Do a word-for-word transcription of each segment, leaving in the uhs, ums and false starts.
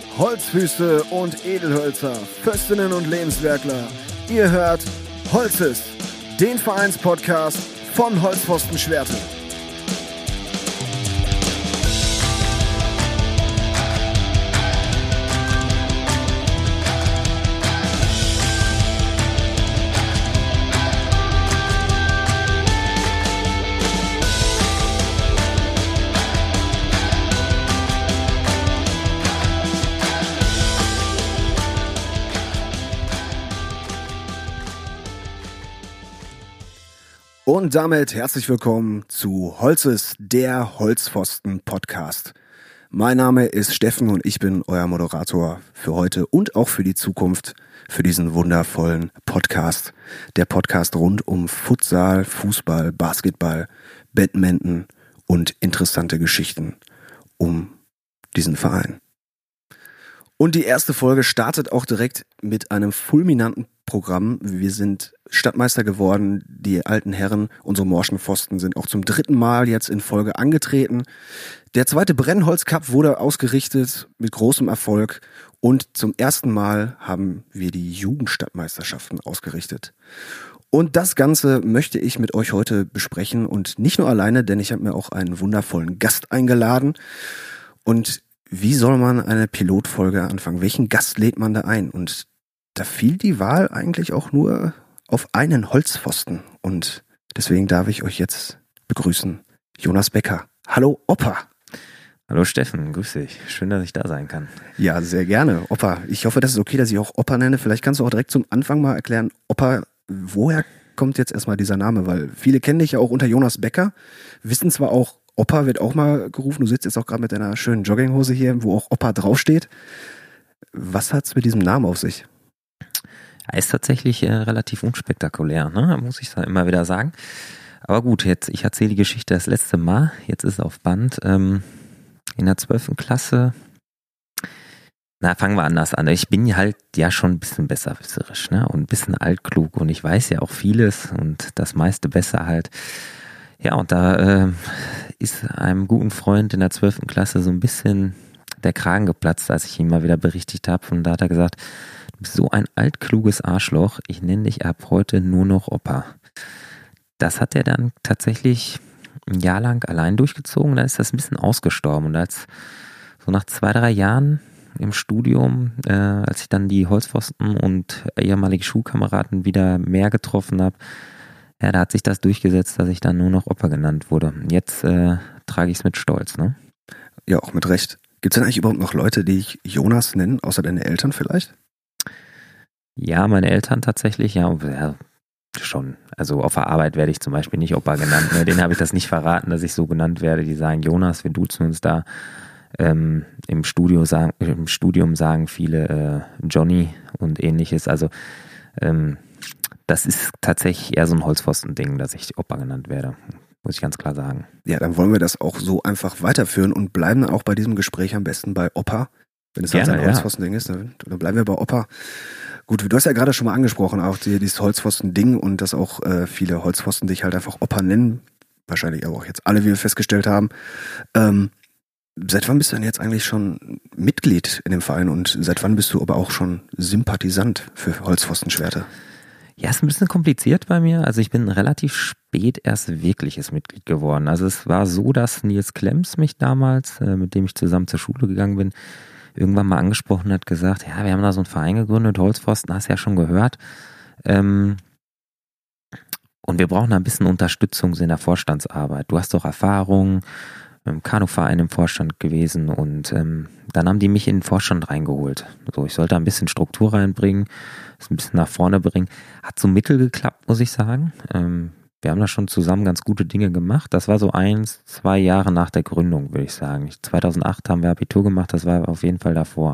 Holzfüße und Edelhölzer, Fürstinnen und Lebenswerkler. Ihr hört Holzes, den Vereinspodcast von Holzpfosten Schwerte. Und damit herzlich willkommen zu Holzes, der Holzpfosten-Podcast. Mein Name ist Steffen und ich bin euer Moderator für heute und auch für die Zukunft für diesen wundervollen Podcast. Der Podcast rund um Futsal, Fußball, Basketball, Badminton und interessante Geschichten um diesen Verein. Und die erste Folge startet auch direkt mit einem fulminanten Programm. Wir sind Stadtmeister geworden. Die alten Herren, unsere morschen Pfosten, sind auch zum dritten Mal jetzt in Folge angetreten. Der zweite Brennholz-Cup wurde ausgerichtet mit großem Erfolg. Und zum ersten Mal haben wir die Jugendstadtmeisterschaften ausgerichtet. Und das Ganze möchte ich mit euch heute besprechen. Und nicht nur alleine, denn ich habe mir auch einen wundervollen Gast eingeladen. Und wie soll man eine Pilotfolge anfangen? Welchen Gast lädt man da ein? Und da fiel die Wahl eigentlich auch nur auf einen Holzpfosten. Und deswegen darf ich euch jetzt begrüßen, Jonas Becker. Hallo Opa. Hallo Steffen, grüß dich. Schön, dass ich da sein kann. Ja, sehr gerne. Opa, ich hoffe, das ist okay, dass ich auch Opa nenne. Vielleicht kannst du auch direkt zum Anfang mal erklären, Opa, woher kommt jetzt erstmal dieser Name? Weil viele kennen dich ja auch unter Jonas Becker, wissen zwar auch, Opa wird auch mal gerufen. Du sitzt jetzt auch gerade mit deiner schönen Jogginghose hier, wo auch Opa draufsteht. Was hat's mit diesem Namen auf sich? Er ist tatsächlich äh, relativ unspektakulär, ne? Muss ich immer wieder sagen. Aber gut, jetzt ich erzähle die Geschichte das letzte Mal. Jetzt ist es auf Band. Ähm, in der zwölften Klasse, na fangen wir anders an. Ich bin halt ja schon ein bisschen besserwisserisch, ne? Und ein bisschen altklug und ich weiß ja auch vieles und das meiste besser halt. Ja, und da äh, ist einem guten Freund in der zwölften Klasse so ein bisschen der Kragen geplatzt, als ich ihm mal wieder berichtigt habe. Und da hat er gesagt, du bist so ein altkluges Arschloch, ich nenne dich ab heute nur noch Opa. Das hat er dann tatsächlich ein Jahr lang allein durchgezogen und dann ist das ein bisschen ausgestorben. Und als so nach zwei, drei Jahren im Studium, äh, als ich dann die Holzpfosten und ehemalige Schulkameraden wieder mehr getroffen habe, ja, da hat sich das durchgesetzt, dass ich dann nur noch Opa genannt wurde. Jetzt äh, trage ich es mit Stolz, ne? Ja, auch mit Recht. Gibt es denn eigentlich überhaupt noch Leute, die ich Jonas nennen, außer deine Eltern vielleicht? Ja, meine Eltern tatsächlich, ja, ja schon. Also auf der Arbeit werde ich zum Beispiel nicht Opa genannt. Ne? Denen habe ich das nicht verraten, dass ich so genannt werde. Die sagen Jonas, wir duzen uns da. Ähm, im, Studio sagen, Im Studium sagen viele äh, Johnny und ähnliches. Also ähm, das ist tatsächlich eher so ein Holzpfosten-Ding, dass ich Opa genannt werde, muss ich ganz klar sagen. Ja, dann wollen wir das auch so einfach weiterführen und bleiben dann auch bei diesem Gespräch am besten bei Opa. Wenn es halt ein Holzpfosten-Ding ist, dann, dann bleiben wir bei Opa. Gut, du hast ja gerade schon mal angesprochen, auch die, dieses Holzpfosten-Ding und dass auch äh, viele Holzpfosten dich halt einfach Opa nennen. Wahrscheinlich aber auch jetzt alle, wie wir festgestellt haben. Ähm, seit wann bist du denn jetzt eigentlich schon Mitglied in dem Verein und seit wann bist du aber auch schon Sympathisant für Holzpfostenschwerte? Ja, ist ein bisschen kompliziert bei mir. Also ich bin relativ spät erst wirkliches Mitglied geworden. Also es war so, dass Nils Klemms mich damals, äh, mit dem ich zusammen zur Schule gegangen bin, irgendwann mal angesprochen hat, gesagt, ja, wir haben da so einen Verein gegründet, Holzpfosten, hast du ja schon gehört. Ähm, und wir brauchen da ein bisschen Unterstützung in der Vorstandsarbeit. Du hast doch Erfahrung, im Kanuverein im Vorstand gewesen und ähm, dann haben die mich in den Vorstand reingeholt. So, ich sollte ein bisschen Struktur reinbringen, es ein bisschen nach vorne bringen. Hat so mittel geklappt, muss ich sagen. Ähm, wir haben da schon zusammen ganz gute Dinge gemacht. Das war so eins, zwei Jahre nach der Gründung, würde ich sagen. zweitausendacht haben wir Abitur gemacht, das war auf jeden Fall davor.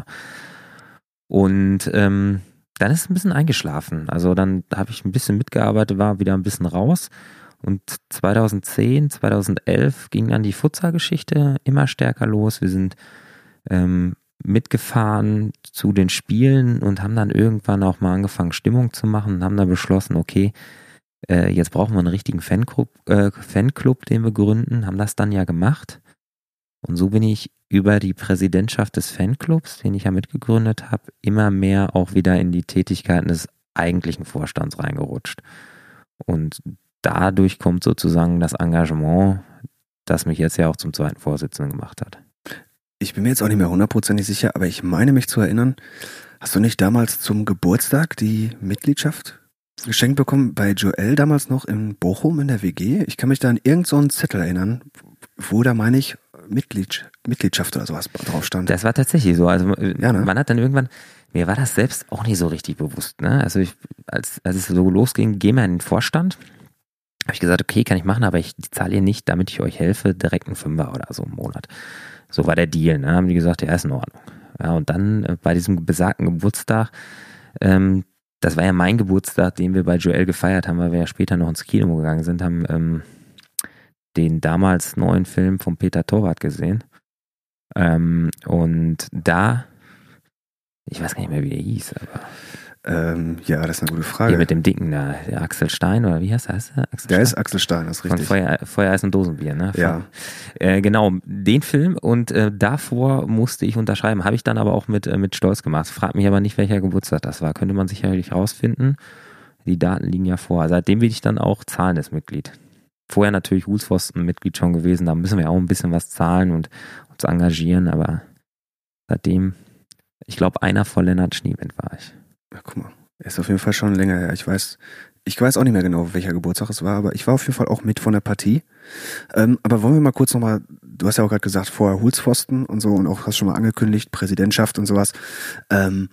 Und ähm, dann ist es ein bisschen eingeschlafen. Also dann habe ich ein bisschen mitgearbeitet, war wieder ein bisschen raus. Und zweitausendzehn, zweitausendelf ging dann die Futsal-Geschichte immer stärker los. Wir sind ähm, mitgefahren zu den Spielen und haben dann irgendwann auch mal angefangen, Stimmung zu machen und haben dann beschlossen, okay, äh, jetzt brauchen wir einen richtigen Fanclub, äh, Fanclub, den wir gründen, haben das dann ja gemacht. Und so bin ich über die Präsidentschaft des Fanclubs, den ich ja mitgegründet habe, immer mehr auch wieder in die Tätigkeiten des eigentlichen Vorstands reingerutscht. Und dadurch kommt sozusagen das Engagement, das mich jetzt ja auch zum zweiten Vorsitzenden gemacht hat. Ich bin mir jetzt auch nicht mehr hundertprozentig sicher, aber ich meine mich zu erinnern, hast du nicht damals zum Geburtstag die Mitgliedschaft geschenkt bekommen bei Joel damals noch in Bochum in der W G? Ich kann mich da an irgendeinen so einen Zettel erinnern, wo da meine ich Mitglied, Mitgliedschaft oder sowas drauf stand. Das war tatsächlich so. Also ja, ne? Man hat dann irgendwann, mir war das selbst auch nicht so richtig bewusst. Ne? Also ich, als, als es so losging, gehen wir in den Vorstand, habe ich gesagt, okay, kann ich machen, aber ich zahle ihr nicht, damit ich euch helfe, direkt einen Fünfer oder so im Monat. So war der Deal. Ne? Haben die gesagt, ja, ist in Ordnung. Ja, und dann äh, bei diesem besagten Geburtstag, ähm, das war ja mein Geburtstag, den wir bei Joel gefeiert haben, weil wir ja später noch ins Kino gegangen sind, haben ähm, den damals neuen Film von Peter Torwart gesehen. Ähm, und da, ich weiß gar nicht mehr, wie der hieß, aber Ähm, ja, das ist eine gute Frage. hier mit dem Dicken da, der Axel Stein, oder wie heißt der? Axel der Stein? ist Axel Stein, das ist richtig. Von Feuer, Feuer, Eis und Dosenbier, ne? Von, ja. Äh, genau, den Film und äh, davor musste ich unterschreiben. Habe ich dann aber auch mit, äh, mit Stolz gemacht. Frag mich aber nicht, welcher Geburtstag das war. Könnte man sicherlich rausfinden. Die Daten liegen ja vor. Seitdem bin ich dann auch zahlendes Mitglied. Vorher natürlich Hulspfosten-Mitglied schon gewesen. Da müssen wir auch ein bisschen was zahlen und uns engagieren. Aber seitdem, ich glaube, einer vor Lennart Schniewind war ich. Ja, guck mal. Ist auf jeden Fall schon länger her. Ich weiß, ich weiß auch nicht mehr genau, welcher Geburtstag es war, aber ich war auf jeden Fall auch mit von der Partie. Ähm, aber wollen wir mal kurz nochmal, du hast ja auch gerade gesagt, vorher Hulspfosten und so und auch hast schon mal angekündigt, Präsidentschaft und sowas. Ähm,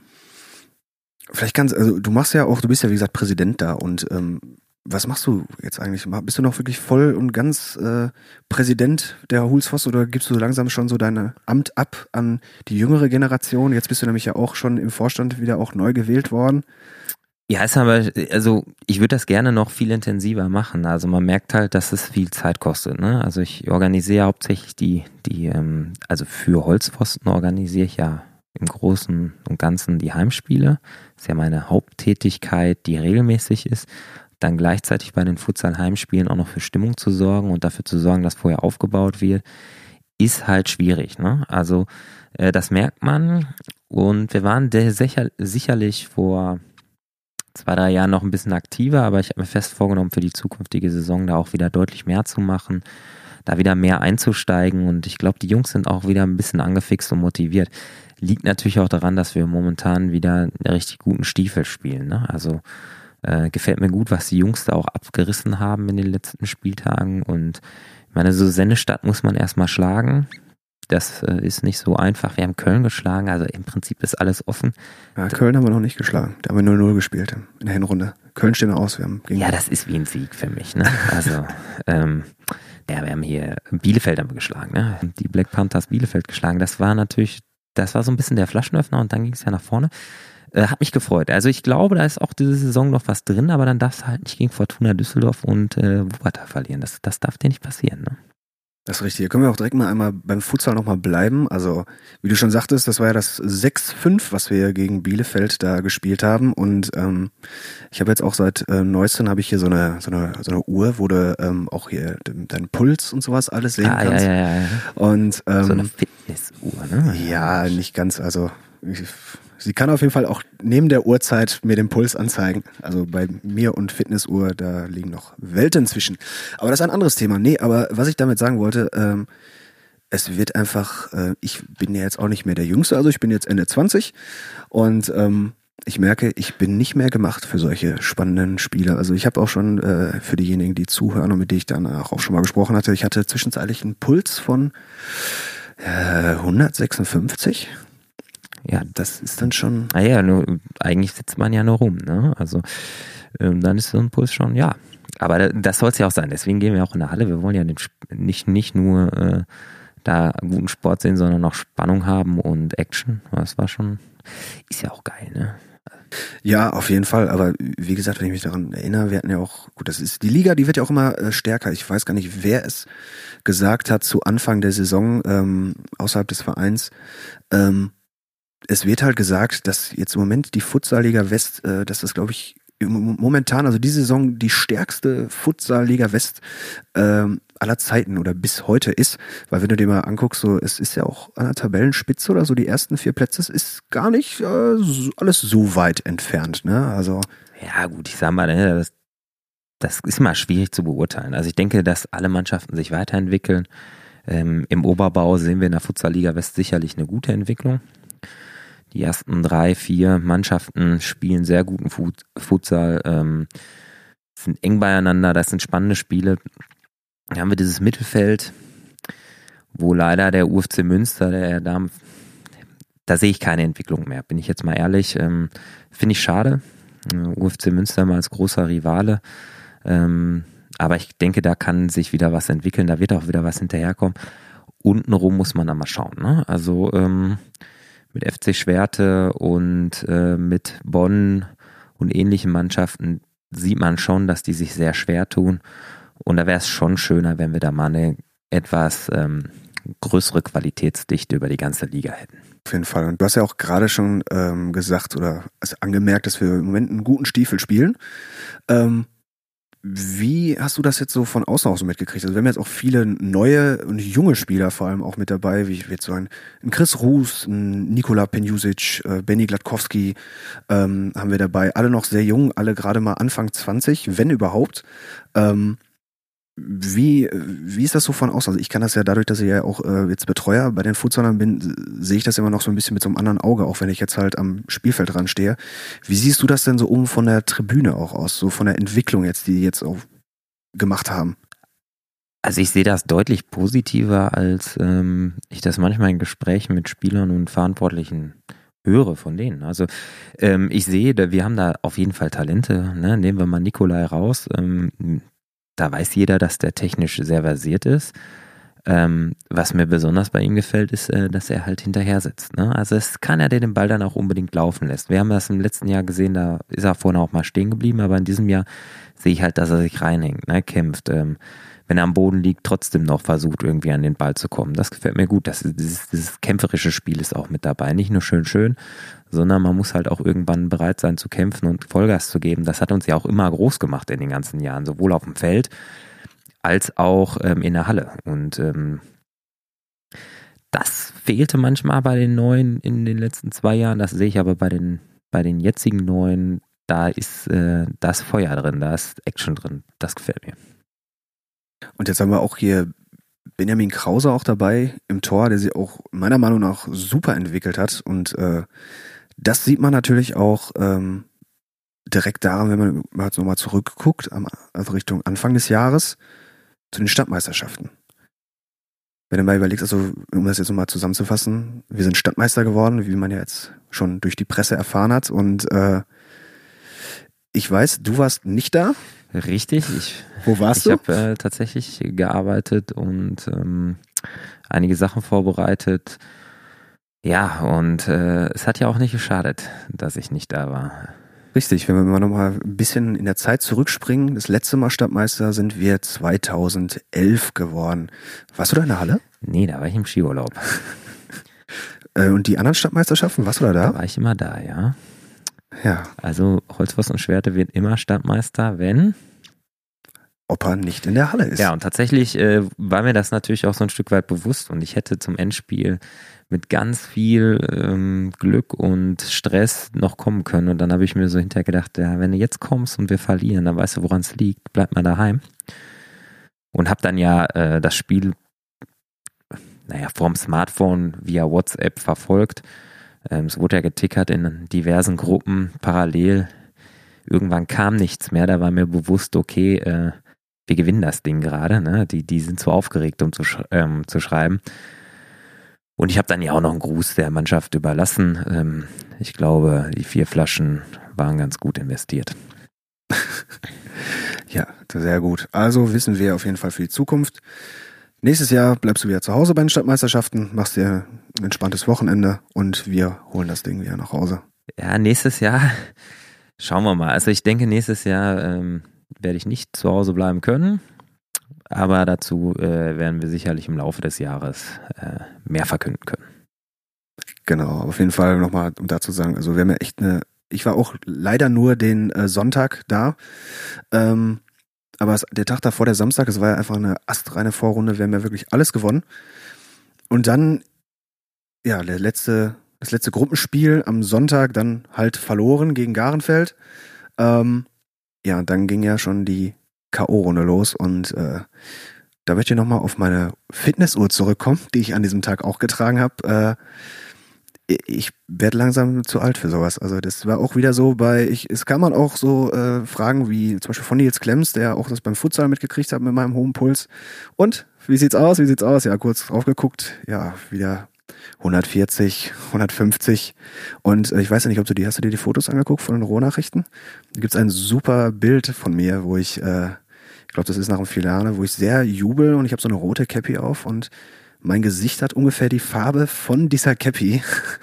vielleicht kannst, also du machst ja auch, du bist ja wie gesagt Präsident da und ähm, was machst du jetzt eigentlich? Bist du noch wirklich voll und ganz äh, Präsident der Hulspfosten oder gibst du so langsam schon so dein Amt ab an die jüngere Generation? Jetzt bist du nämlich ja auch schon im Vorstand wieder auch neu gewählt worden. Ja, ist aber, also ich würde das gerne noch viel intensiver machen. Also man merkt halt, dass es viel Zeit kostet. Ne? Also ich organisiere hauptsächlich die, die, ähm, also für Holzpfosten organisiere ich ja im Großen und Ganzen die Heimspiele. Das ist ja meine Haupttätigkeit, die regelmäßig ist. Dann gleichzeitig bei den Futsal-Heimspielen auch noch für Stimmung zu sorgen und dafür zu sorgen, dass vorher aufgebaut wird, ist halt schwierig. Ne? Also äh, das merkt man und wir waren der sicher, sicherlich vor zwei, drei Jahren noch ein bisschen aktiver, aber ich habe mir fest vorgenommen, für die zukünftige Saison da auch wieder deutlich mehr zu machen, da wieder mehr einzusteigen und ich glaube, die Jungs sind auch wieder ein bisschen angefixt und motiviert. Liegt natürlich auch daran, dass wir momentan wieder einen richtig guten Stiefel spielen. Ne? Also Äh, gefällt mir gut, was die Jungs da auch abgerissen haben in den letzten Spieltagen und ich meine, so Sennestadt muss man erstmal schlagen. Das äh, ist nicht so einfach. Wir haben Köln geschlagen, also im Prinzip ist alles offen. Ja, Köln haben wir noch nicht geschlagen. Da haben wir null null gespielt in der Hinrunde. Köln steht noch aus. Wir haben gegen ja, das ist wie ein Sieg für mich. Ne? Also, ähm, ja, wir haben hier Bielefeld haben wir geschlagen, ne? Die Black Panthers Bielefeld geschlagen. Das war natürlich, das war so ein bisschen der Flaschenöffner und dann ging es ja nach vorne. Äh, hat mich gefreut. Also ich glaube, da ist auch diese Saison noch was drin, aber dann darfst du halt nicht gegen Fortuna Düsseldorf und äh, Wuppertal verlieren. Das, das darf dir nicht passieren. Ne? Das ist richtig. Hier können wir auch direkt mal einmal beim Futsal nochmal bleiben. Also, wie du schon sagtest, das war ja das sechs fünf, was wir gegen Bielefeld da gespielt haben. Und ähm, ich habe jetzt auch seit äh, neuestem habe ich hier so eine, so eine so eine Uhr, wo du ähm, auch hier deinen Puls und sowas alles sehen ah, kannst. Ja, ja, ja. Und, ähm, so eine Fitnessuhr, ne? Ja, nicht ganz. Also ich, sie kann auf jeden Fall auch neben der Uhrzeit mir den Puls anzeigen. Also bei mir und Fitnessuhr, da liegen noch Welten zwischen. Aber das ist ein anderes Thema. Nee, aber was ich damit sagen wollte, ähm, es wird einfach, äh, ich bin ja jetzt auch nicht mehr der Jüngste, also ich bin jetzt Ende zwanzig und ähm, ich merke, ich bin nicht mehr gemacht für solche spannenden Spiele. Also ich habe auch schon äh, für diejenigen, die zuhören und mit denen ich dann auch schon mal gesprochen hatte, ich hatte zwischenzeitlich einen Puls von äh, hundertsechsundfünfzig. Ja, das ist dann schon... Naja, nur, eigentlich sitzt man ja nur rum, ne? Also ähm, dann ist so ein Puls schon, ja. Aber das soll es ja auch sein. Deswegen gehen wir auch in der Halle. Wir wollen ja nicht, nicht nur äh, da guten Sport sehen, sondern auch Spannung haben und Action. Das war schon, ist ja auch geil, ne? Ja, auf jeden Fall. Aber wie gesagt, wenn ich mich daran erinnere, wir hatten ja auch, gut, das ist die Liga, die wird ja auch immer äh, stärker. Ich weiß gar nicht, wer es gesagt hat zu Anfang der Saison ähm, außerhalb des Vereins. Ähm, es wird halt gesagt, dass jetzt im Moment die Futsal-Liga West, äh, dass das, glaube ich, momentan, also diese Saison die stärkste Futsal-Liga West ähm, aller Zeiten oder bis heute ist, weil wenn du dir mal anguckst, so es ist ja auch an der Tabellenspitze oder so, die ersten vier Plätze, es ist gar nicht äh, so, alles so weit entfernt, ne? Also ja gut, ich sag mal, ne, das, das ist immer schwierig zu beurteilen. Also ich denke, dass alle Mannschaften sich weiterentwickeln. Ähm, Im Oberbau sehen wir in der Futsal-Liga West sicherlich eine gute Entwicklung. Die ersten drei, vier Mannschaften spielen sehr guten Futsal, ähm, sind eng beieinander, das sind spannende Spiele. Dann haben wir dieses Mittelfeld, wo leider der U F C Münster, der Damen, da sehe ich keine Entwicklung mehr, bin ich jetzt mal ehrlich. Ähm, finde ich schade. U F C Münster mal als großer Rivale. Ähm, aber ich denke, da kann sich wieder was entwickeln, da wird auch wieder was hinterherkommen. Untenrum muss man dann mal schauen, ne? Also ähm, mit F C Schwerte und äh, mit Bonn und ähnlichen Mannschaften sieht man schon, dass die sich sehr schwer tun. Und da wäre es schon schöner, wenn wir da mal eine etwas ähm, größere Qualitätsdichte über die ganze Liga hätten. Auf jeden Fall. Und du hast ja auch gerade schon ähm, gesagt oder also angemerkt, dass wir im Moment einen guten Stiefel spielen. Ähm, Wie hast du das jetzt so von außen auch so mitgekriegt? Also wir haben jetzt auch viele neue und junge Spieler vor allem auch mit dabei, wie jetzt so ein, ein Chris Ruß, ein Nikola Penjusic, äh, Benny Gladkowski ähm, haben wir dabei. Alle noch sehr jung, alle gerade mal Anfang zwanzig, wenn überhaupt. Ähm, wie, wie ist das so von außen? Also ich kann das ja dadurch, dass ich ja auch äh, jetzt Betreuer bei den Futsalern bin, sehe ich das immer noch so ein bisschen mit so einem anderen Auge, auch wenn ich jetzt halt am Spielfeld dran stehe. Wie siehst du das denn so um von der Tribüne auch aus, so von der Entwicklung jetzt, die die jetzt auch gemacht haben? Also ich sehe das deutlich positiver, als ähm, ich das manchmal in Gesprächen mit Spielern und Verantwortlichen höre von denen. Also ähm, ich sehe, wir haben da auf jeden Fall Talente, ne? Nehmen wir mal Nikolai raus, ähm, da weiß jeder, dass der technisch sehr versiert ist. Ähm, was mir besonders bei ihm gefällt, ist, äh, dass er halt hinterher sitzt. Ne? Also es kann er, der den Ball dann auch unbedingt laufen lässt. Wir haben das im letzten Jahr gesehen, da ist er vorne auch mal stehen geblieben, aber in diesem Jahr sehe ich halt, dass er sich reinhängt, ne? Kämpft. Ähm, wenn er am Boden liegt, trotzdem noch versucht, irgendwie an den Ball zu kommen. Das gefällt mir gut. Das ist, dieses, dieses kämpferische Spiel ist auch mit dabei. Nicht nur schön, schön, sondern man muss halt auch irgendwann bereit sein zu kämpfen und Vollgas zu geben. Das hat uns ja auch immer groß gemacht in den ganzen Jahren, sowohl auf dem Feld als auch ähm, in der Halle. Und ähm, das fehlte manchmal bei den Neuen in den letzten zwei Jahren. Das sehe ich aber bei den, bei den jetzigen Neuen. Da ist äh, das Feuer drin, da ist Action drin. Das gefällt mir. Und jetzt haben wir auch hier Benjamin Krause auch dabei im Tor, der sich auch meiner Meinung nach super entwickelt hat. Und äh, das sieht man natürlich auch ähm, direkt daran, wenn man mal so mal zurückguckt, am, also Richtung Anfang des Jahres, zu den Stadtmeisterschaften. Wenn du mal überlegst, also um das jetzt nochmal zusammenzufassen, wir sind Stadtmeister geworden, wie man ja jetzt schon durch die Presse erfahren hat. Und äh, ich weiß, du warst nicht da. Richtig. Ich, Wo warst ich du? Ich habe äh, tatsächlich gearbeitet und ähm, einige Sachen vorbereitet. Ja, und äh, es hat ja auch nicht geschadet, dass ich nicht da war. Richtig, wenn wir mal nochmal ein bisschen in der Zeit zurückspringen, das letzte Mal Stadtmeister sind wir zweitausendelf geworden. Warst du da in der Halle? Nee, da war ich im Skiurlaub. äh, und die anderen Stadtmeisterschaften, warst du da da? Da war ich immer da, ja. Ja. Also Holzpfosten und Schwerte wird immer Stadtmeister, wenn Opa nicht in der Halle ist. Ja, und tatsächlich äh, war mir das natürlich auch so ein Stück weit bewusst und ich hätte zum Endspiel mit ganz viel ähm, Glück und Stress noch kommen können und dann habe ich mir so hinterher gedacht, ja, wenn du jetzt kommst und wir verlieren, dann weißt du, woran es liegt, bleib mal daheim. Und habe dann ja äh, das Spiel naja, vorm Smartphone via WhatsApp verfolgt. Ähm, es wurde ja getickert in diversen Gruppen parallel. Irgendwann kam nichts mehr, da war mir bewusst, okay, äh, wir gewinnen das Ding gerade, ne? Die, die sind zu aufgeregt, um zu, sch- ähm, zu schreiben. Und ich habe dann ja auch noch einen Gruß der Mannschaft überlassen. Ähm, ich glaube, die vier Flaschen waren ganz gut investiert. Ja, sehr gut. Also wissen wir auf jeden Fall für die Zukunft. Nächstes Jahr bleibst du wieder zu Hause bei den Stadtmeisterschaften, machst dir ein entspanntes Wochenende und wir holen das Ding wieder nach Hause. Ja, nächstes Jahr schauen wir mal. Also ich denke, nächstes Jahr ähm, werde ich nicht zu Hause bleiben können. Aber dazu äh, werden wir sicherlich im Laufe des Jahres äh, mehr verkünden können. Genau, auf jeden Fall nochmal, um dazu zu sagen, also wir haben ja echt eine, ich war auch leider nur den äh, Sonntag da. Ähm, aber es, der Tag davor, der Samstag, es war ja einfach eine astreine Vorrunde. Wir haben ja wirklich alles gewonnen. Und dann, ja, der letzte, das letzte Gruppenspiel am Sonntag dann halt verloren gegen Garenfeld. Ähm, ja, dann ging ja schon die K O-Runde los und äh, da möchte ich nochmal auf meine Fitnessuhr zurückkommen, die ich an diesem Tag auch getragen habe. Äh, ich werde langsam zu alt für sowas. Also das war auch wieder so bei, ich, es kann man auch so äh, Fragen wie zum Beispiel von Nils Klemms, der auch das beim Futsal mitgekriegt hat mit meinem hohen Puls. Und, wie sieht's aus, wie sieht's aus? Ja, kurz drauf geguckt, ja, wieder hundertvierzig, hundertfünfzig und äh, ich weiß ja nicht, ob du die, hast du dir die Fotos angeguckt von den Rohnachrichten? Da gibt's ein super Bild von mir, wo ich, äh, ich glaube, das ist nach dem Finale, wo ich sehr jubel und ich habe so eine rote Cappy auf und mein Gesicht hat ungefähr die Farbe von dieser Cappy.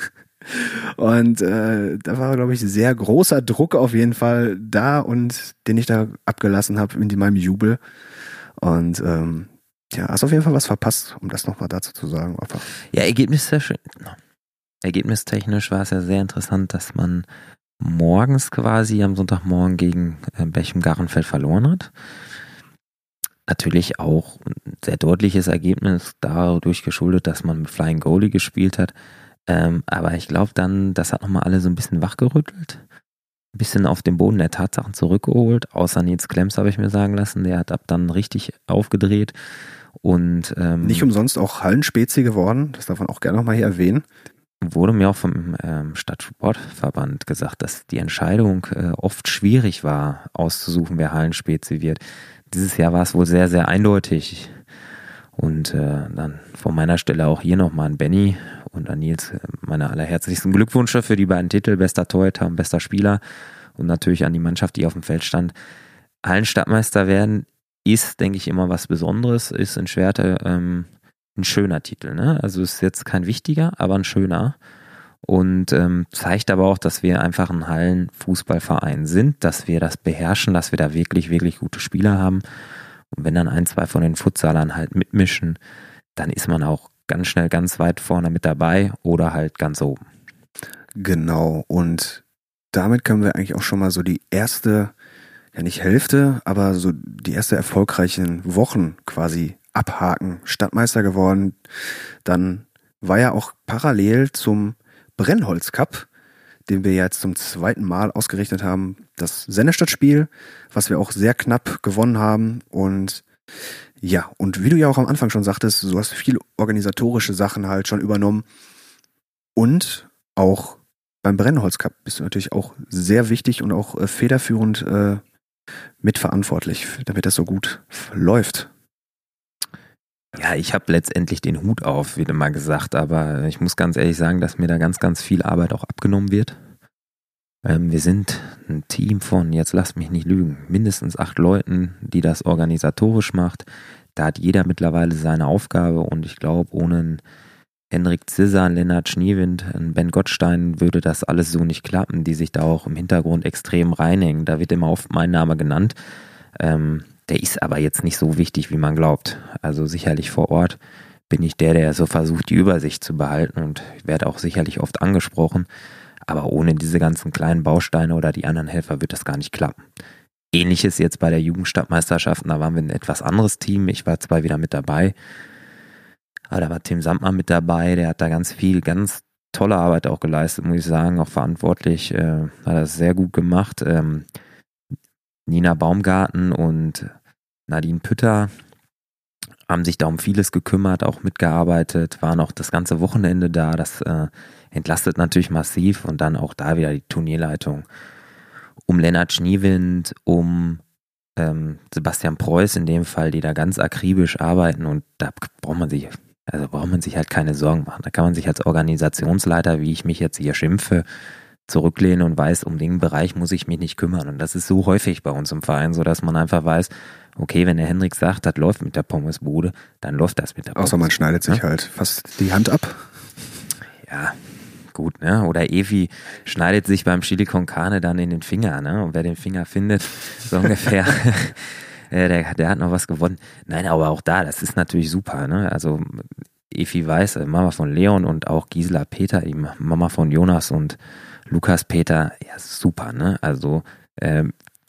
Und äh, da war, glaube ich, sehr großer Druck auf jeden Fall da und den ich da abgelassen habe in meinem Jubel. Und ähm, ja, hast auf jeden Fall was verpasst, um das nochmal dazu zu sagen. Aber ja, ergebnistechnisch, ergebnistechnisch war es ja sehr interessant, dass man morgens quasi am Sonntagmorgen gegen äh, Bechem-Garenfeld verloren hat. Natürlich auch ein sehr deutliches Ergebnis, dadurch geschuldet, dass man mit Flying Goalie gespielt hat. Ähm, aber ich glaube dann, das hat nochmal alle so ein bisschen wachgerüttelt. Ein bisschen auf den Boden der Tatsachen zurückgeholt. Außer Nils Klemms habe ich mir sagen lassen, der hat ab dann richtig aufgedreht. Und ähm, nicht umsonst auch Hallenspezi geworden, das darf man auch gerne nochmal hier erwähnen. Wurde mir auch vom ähm, Stadtsportverband gesagt, dass die Entscheidung äh, oft schwierig war, auszusuchen, wer Hallenspezi wird. Dieses Jahr war es wohl sehr, sehr eindeutig. Und äh, dann von meiner Stelle auch hier nochmal an Benny und an Nils meine allerherzlichsten Glückwünsche für die beiden Titel, bester Torhüter und bester Spieler. Und natürlich an die Mannschaft, die auf dem Feld stand. Hallenstadtmeister werden ist, denke ich, immer was Besonderes, ist in Schwerte ähm, ein schöner Titel. Ne? Also ist jetzt kein wichtiger, aber ein schöner. Und ähm, zeigt aber auch, dass wir einfach ein Hallenfußballverein sind, dass wir das beherrschen, dass wir da wirklich, wirklich gute Spieler haben. Und wenn dann ein, zwei von den Futsalern halt mitmischen, dann ist man auch ganz schnell ganz weit vorne mit dabei oder halt ganz oben. Genau, und damit können wir eigentlich auch schon mal so die erste, ja nicht Hälfte, aber so die erste erfolgreichen Wochen quasi abhaken. Stadtmeister geworden, dann war ja auch parallel zum Brennholz Cup, den wir jetzt zum zweiten Mal ausgerichtet haben, das Sennestadt-Spiel, was wir auch sehr knapp gewonnen haben. Und ja, und wie du ja auch am Anfang schon sagtest, du hast viele organisatorische Sachen halt schon übernommen. Und auch beim Brennholz Cup bist du natürlich auch sehr wichtig und auch äh, federführend äh, mitverantwortlich, damit das so gut läuft. Ja, ich habe letztendlich den Hut auf, wie du mal gesagt, aber ich muss ganz ehrlich sagen, dass mir da ganz, ganz viel Arbeit auch abgenommen wird. Ähm, wir sind ein Team von, jetzt lasst mich nicht lügen, mindestens acht Leuten, die das organisatorisch macht. Da hat jeder mittlerweile seine Aufgabe und ich glaube, ohne einen Henrik Zisser, einen Lennart Schniewind, einen Ben Gottstein würde das alles so nicht klappen, die sich da auch im Hintergrund extrem reinhängen. Da wird immer oft mein Name genannt. Ähm, Der ist aber jetzt nicht so wichtig, wie man glaubt. Also sicherlich vor Ort bin ich der, der so versucht, die Übersicht zu behalten und ich werde auch sicherlich oft angesprochen. Aber ohne diese ganzen kleinen Bausteine oder die anderen Helfer wird das gar nicht klappen. Ähnliches jetzt bei der Jugendstadtmeisterschaft, da waren wir ein etwas anderes Team. Ich war zwar wieder mit dabei, aber da war Tim Sandmann mit dabei. Der hat da ganz viel, ganz tolle Arbeit auch geleistet, muss ich sagen. Auch verantwortlich, äh, hat das sehr gut gemacht. Ähm, Nina Baumgarten und Nadine Pütter haben sich da um vieles gekümmert, auch mitgearbeitet, waren auch das ganze Wochenende da. Das äh, entlastet natürlich massiv und dann auch da wieder die Turnierleitung um Lennart Schniewind, um ähm, Sebastian Preuß in dem Fall, die da ganz akribisch arbeiten und da braucht man sich, also braucht man sich halt keine Sorgen machen. Da kann man sich als Organisationsleiter, wie ich mich jetzt hier schimpfe, zurücklehnen und weiß, um den Bereich muss ich mich nicht kümmern. Und das ist so häufig bei uns im Verein, so dass man einfach weiß, okay, wenn der Henrik sagt, das läuft mit der Pommesbude, dann läuft das mit der Pommesbude. Außer man schneidet sich ja? halt fast die Hand ab. Ja, gut, ne? Oder Evi schneidet sich beim Chili con Carne dann in den Finger, ne? Und wer den Finger findet, so ungefähr, der, der hat noch was gewonnen. Nein, aber auch da, das ist natürlich super, ne? Also Evi Weiß, Mama von Leon und auch Gisela Peter, die Mama von Jonas und Lukas Peter, ja super, ne? Also ähm,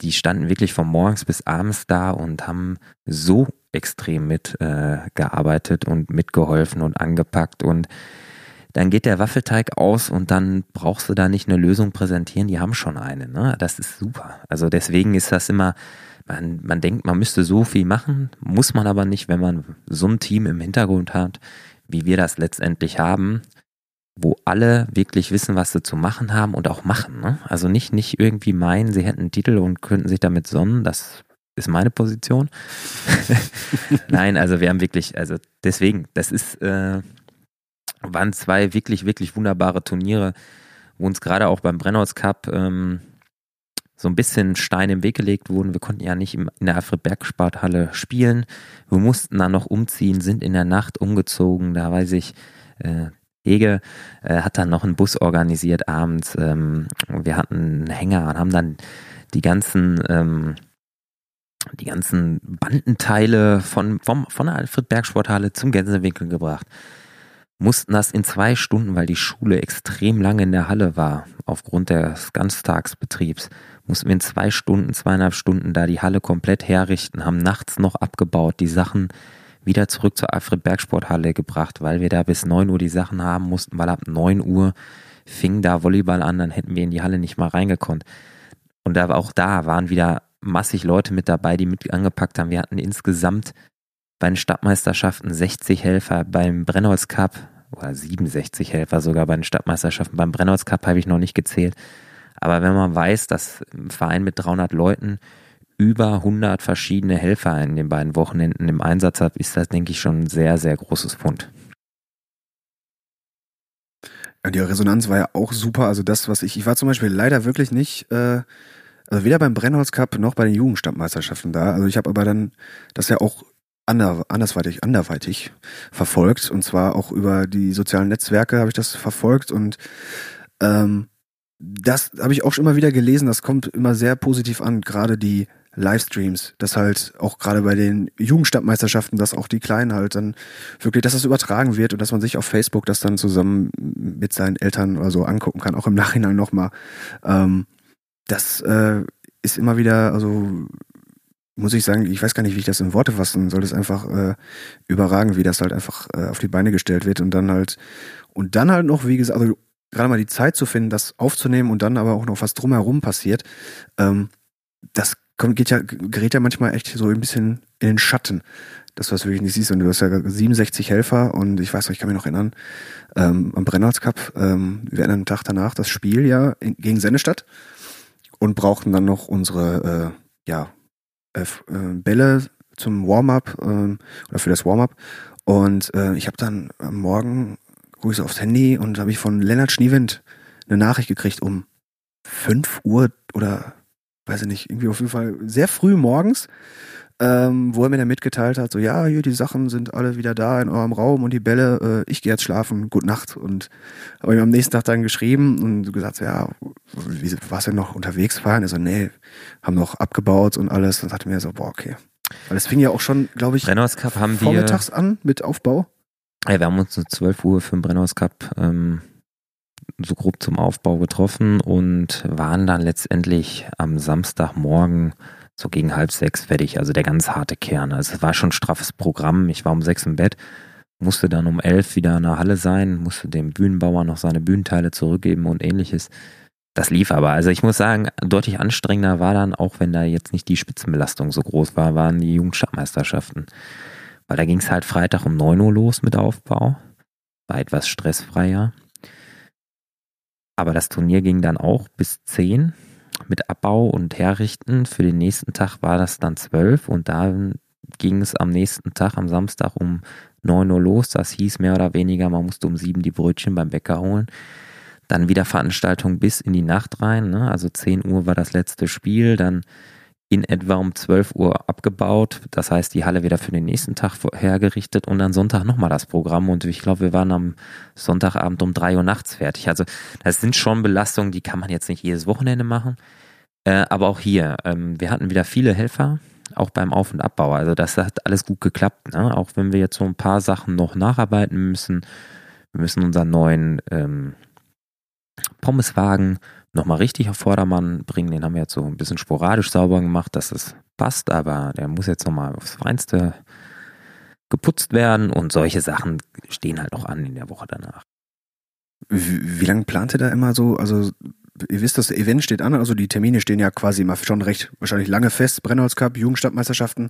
die standen wirklich von morgens bis abends da und haben so extrem mitgearbeitet äh, und mitgeholfen und angepackt. Und dann geht der Waffelteig aus und dann brauchst du da nicht eine Lösung präsentieren, die haben schon eine. Ne? Das ist super. Also deswegen ist das immer, man, man denkt, man müsste so viel machen, muss man aber nicht, wenn man so ein Team im Hintergrund hat, wie wir das letztendlich haben, wo alle wirklich wissen, was sie zu machen haben und auch machen. Ne? Also nicht, nicht irgendwie meinen, sie hätten einen Titel und könnten sich damit sonnen, das ist meine Position. Nein, also wir haben wirklich, also deswegen, das ist, äh, waren zwei wirklich, wirklich wunderbare Turniere, wo uns gerade auch beim Brennholz Cup ähm, so ein bisschen Steine im Weg gelegt wurden. Wir konnten ja nicht im, in der Alfred-Berg-Sporthalle spielen. Wir mussten dann noch umziehen, sind in der Nacht umgezogen. Da weiß ich, äh, Hege äh, hat dann noch einen Bus organisiert abends. Ähm, wir hatten einen Hänger und haben dann die ganzen ähm, die ganzen Bandenteile von, vom, von der Alfred-Berg-Sporthalle zum Gänsewinkel gebracht. Mussten das in zwei Stunden, weil die Schule extrem lange in der Halle war, aufgrund des Ganztagsbetriebs, mussten wir in zwei Stunden, zweieinhalb Stunden da die Halle komplett herrichten, haben nachts noch abgebaut, die Sachen wieder zurück zur Alfred-Berg-Sporthalle gebracht, weil wir da bis neun Uhr die Sachen haben mussten, weil ab neun Uhr fing da Volleyball an, dann hätten wir in die Halle nicht mal reingekonnt. Und da, auch da waren wieder massig Leute mit dabei, die mit angepackt haben. Wir hatten insgesamt bei den Stadtmeisterschaften sechzig Helfer, beim Brennholz Cup oder siebenundsechzig Helfer sogar bei den Stadtmeisterschaften. Beim Brennholz Cup habe ich noch nicht gezählt. Aber wenn man weiß, dass ein Verein mit dreihundert Leuten über hundert verschiedene Helfer in den beiden Wochenenden im Einsatz hat, ist das, denke ich, schon ein sehr, sehr großes Pfund. Ja, die Resonanz war ja auch super. Also das, was ich, ich war zum Beispiel leider wirklich nicht, äh, also weder beim Brennholz Cup noch bei den Jugendstadtmeisterschaften da. Also ich habe aber dann das ja auch ander, andersweitig, anderweitig verfolgt. Und zwar auch über die sozialen Netzwerke habe ich das verfolgt. Und ähm, das habe ich auch schon immer wieder gelesen. Das kommt immer sehr positiv an, gerade die Livestreams, dass halt auch gerade bei den Jugendstadtmeisterschaften, dass auch die Kleinen halt dann wirklich, dass das übertragen wird und dass man sich auf Facebook das dann zusammen mit seinen Eltern oder so angucken kann, auch im Nachhinein nochmal. Ähm, das äh, ist immer wieder, also muss ich sagen, ich weiß gar nicht, wie ich das in Worte fassen soll, das einfach äh, überragen, wie das halt einfach äh, auf die Beine gestellt wird und dann halt, und dann halt noch, wie gesagt, also gerade mal die Zeit zu finden, das aufzunehmen und dann aber auch noch was drumherum passiert, ähm, das kommt, geht ja, gerät ja manchmal echt so ein bisschen in den Schatten, dass du das wirklich nicht siehst. Und du hast ja siebenundsechzig Helfer und ich weiß noch, ich kann mich noch erinnern, ähm, am Brennholz Cup, ähm, wir hatten einen Tag danach das Spiel ja in, gegen Sennestadt und brauchten dann noch unsere äh, ja, äh, Bälle zum Warm-up äh, oder für das Warm-up. Und äh, ich habe dann am Morgen gucke ich so aufs Handy und habe ich von Lennart Schniewind eine Nachricht gekriegt um fünf Uhr oder weiß ich nicht, irgendwie auf jeden Fall sehr früh morgens, ähm, wo er mir dann mitgeteilt hat, so ja, hier die Sachen sind alle wieder da in eurem Raum und die Bälle, äh, ich gehe jetzt schlafen, gute Nacht. Und habe ihm am nächsten Tag dann geschrieben und gesagt, so, ja, wie, warst du noch unterwegs fahren? Er so, nee, haben noch abgebaut und alles. Und sagte mir so, boah, okay. Weil es fing ja auch schon, glaube ich, Brennholz Cup haben vormittags wir, an mit Aufbau. Ja, wir haben uns um zwölf Uhr für den Brennholz Cup ähm, so grob zum Aufbau getroffen und waren dann letztendlich am Samstagmorgen so gegen halb sechs fertig, also der ganz harte Kern. Also es war schon ein straffes Programm. Ich war um sechs im Bett, musste dann um elf wieder in der Halle sein, musste dem Bühnenbauer noch seine Bühnenteile zurückgeben und ähnliches. Das lief aber. Also ich muss sagen, deutlich anstrengender war dann, auch wenn da jetzt nicht die Spitzenbelastung so groß war, waren die Jugendstadtmeisterschaften. Weil da ging es halt Freitag um neun Uhr los mit Aufbau. War etwas stressfreier. Aber das Turnier ging dann auch bis zehn mit Abbau und Herrichten. Für den nächsten Tag war das dann zwölf und dann ging es am nächsten Tag, am Samstag um neun Uhr los. Das hieß mehr oder weniger, man musste um sieben die Brötchen beim Bäcker holen. Dann wieder Veranstaltung bis in die Nacht rein. Ne? Also zehn Uhr war das letzte Spiel, dann in etwa um zwölf Uhr abgebaut. Das heißt, die Halle wieder für den nächsten Tag hergerichtet und dann Sonntag nochmal das Programm. Und ich glaube, wir waren am Sonntagabend um drei Uhr nachts fertig. Also das sind schon Belastungen, die kann man jetzt nicht jedes Wochenende machen. Äh, aber auch hier, ähm, wir hatten wieder viele Helfer, auch beim Auf- und Abbau. Also das hat alles gut geklappt. Ne? Auch wenn wir jetzt so ein paar Sachen noch nacharbeiten müssen. Wir müssen unseren neuen ähm, Pommeswagen nochmal richtig auf Vordermann bringen. Den haben wir jetzt so ein bisschen sporadisch sauber gemacht, dass es passt, aber der muss jetzt nochmal aufs Feinste geputzt werden und solche Sachen stehen halt noch an in der Woche danach. Wie, wie lange plant ihr da immer so? Also ihr wisst, das Event steht an, also die Termine stehen ja quasi immer schon recht wahrscheinlich lange fest. Brennholz Cup, Jugendstadtmeisterschaften.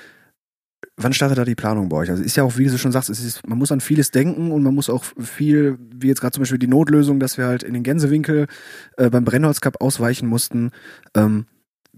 Wann startet da die Planung bei euch? Also ist ja auch, wie du schon sagst, es ist, man muss an vieles denken und man muss auch viel, wie jetzt gerade zum Beispiel die Notlösung, dass wir halt in den Gänsewinkel äh, beim Brennholz Cup ausweichen mussten. Ähm,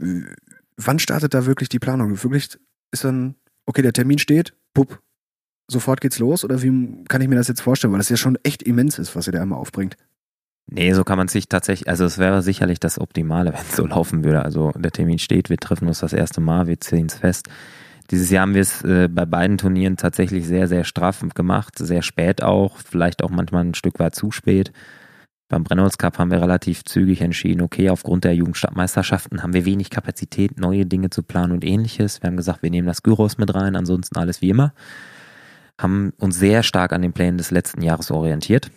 wann startet da wirklich die Planung? Wirklich ist dann, okay, der Termin steht, pupp, sofort geht's los? Oder wie kann ich mir das jetzt vorstellen? Weil das ja schon echt immens ist, was ihr da immer aufbringt. Nee, so kann man sich tatsächlich, also es wäre sicherlich das Optimale, wenn es so laufen würde. Also der Termin steht, wir treffen uns das erste Mal, wir ziehen es fest. Dieses Jahr haben wir es äh, bei beiden Turnieren tatsächlich sehr, sehr straff gemacht, sehr spät auch, vielleicht auch manchmal ein Stück weit zu spät. Beim Brennholz Cup haben wir relativ zügig entschieden, okay, aufgrund der Jugendstadtmeisterschaften haben wir wenig Kapazität, neue Dinge zu planen und ähnliches. Wir haben gesagt, wir nehmen das Gyros mit rein, ansonsten alles wie immer. Haben uns sehr stark an den Plänen des letzten Jahres orientiert.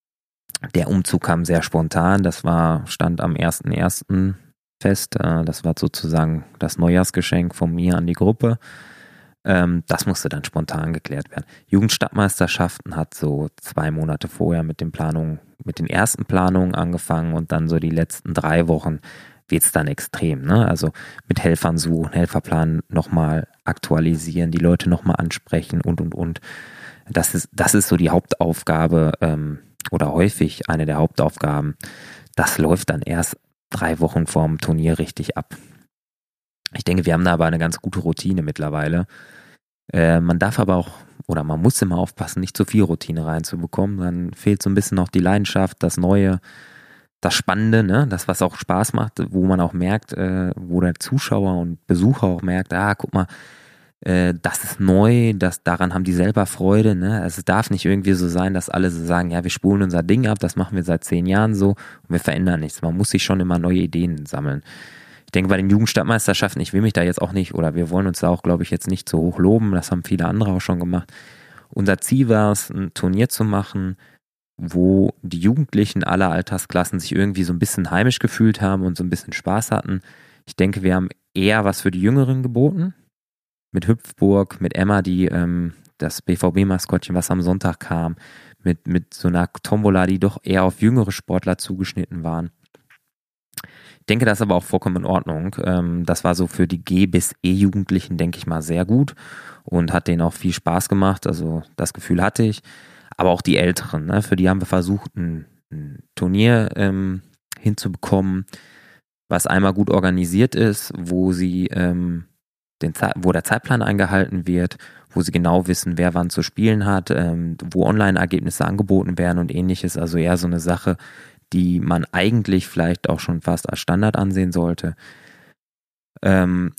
Der Umzug kam sehr spontan, das war, stand am ersten ersten fest. Das war sozusagen das Neujahrsgeschenk von mir an die Gruppe. Das musste dann spontan geklärt werden. Jugendstadtmeisterschaften hat so zwei Monate vorher mit den Planungen, mit den ersten Planungen angefangen und dann so die letzten drei Wochen wird es dann extrem. Ne? Also mit Helfern suchen, Helferplan nochmal aktualisieren, die Leute nochmal ansprechen und und und. Das ist, das ist so die Hauptaufgabe ähm, oder häufig eine der Hauptaufgaben. Das läuft dann erst drei Wochen vorm Turnier richtig ab. Ich denke, wir haben da aber eine ganz gute Routine mittlerweile. Äh, man darf aber auch, oder man muss immer aufpassen, nicht zu viel Routine reinzubekommen. Dann fehlt so ein bisschen noch die Leidenschaft, das Neue, das Spannende, ne? Das, was auch Spaß macht, wo man auch merkt, äh, wo der Zuschauer und Besucher auch merkt, ah, guck mal, äh, das ist neu, das, daran haben die selber Freude, ne? Also es darf nicht irgendwie so sein, dass alle so sagen, ja, wir spulen unser Ding ab, das machen wir seit zehn Jahren so und wir verändern nichts. Man muss sich schon immer neue Ideen sammeln. Ich denke, bei den Jugendstadtmeisterschaften, ich will mich da jetzt auch nicht, oder wir wollen uns da auch, glaube ich, jetzt nicht so hoch loben, das haben viele andere auch schon gemacht. Unser Ziel war es, ein Turnier zu machen, wo die Jugendlichen aller Altersklassen sich irgendwie so ein bisschen heimisch gefühlt haben und so ein bisschen Spaß hatten. Ich denke, wir haben eher was für die Jüngeren geboten. Mit Hüpfburg, mit Emma, die ähm, das B V B-Maskottchen, was am Sonntag kam, mit, mit so einer Tombola, die doch eher auf jüngere Sportler zugeschnitten waren. Ich denke, das ist aber auch vollkommen in Ordnung. Ähm, das war so für die G- bis E-Jugendlichen, denke ich mal, sehr gut und hat denen auch viel Spaß gemacht. Also das Gefühl hatte ich. Aber auch die Älteren, ne? Für die haben wir versucht, ein, ein Turnier ähm, hinzubekommen, was einmal gut organisiert ist, wo sie ähm, den Ze- wo der Zeitplan eingehalten wird, wo sie genau wissen, wer wann zu spielen hat, ähm, wo Online-Ergebnisse angeboten werden und ähnliches. Also eher so eine Sache, die man eigentlich vielleicht auch schon fast als Standard ansehen sollte. Ähm,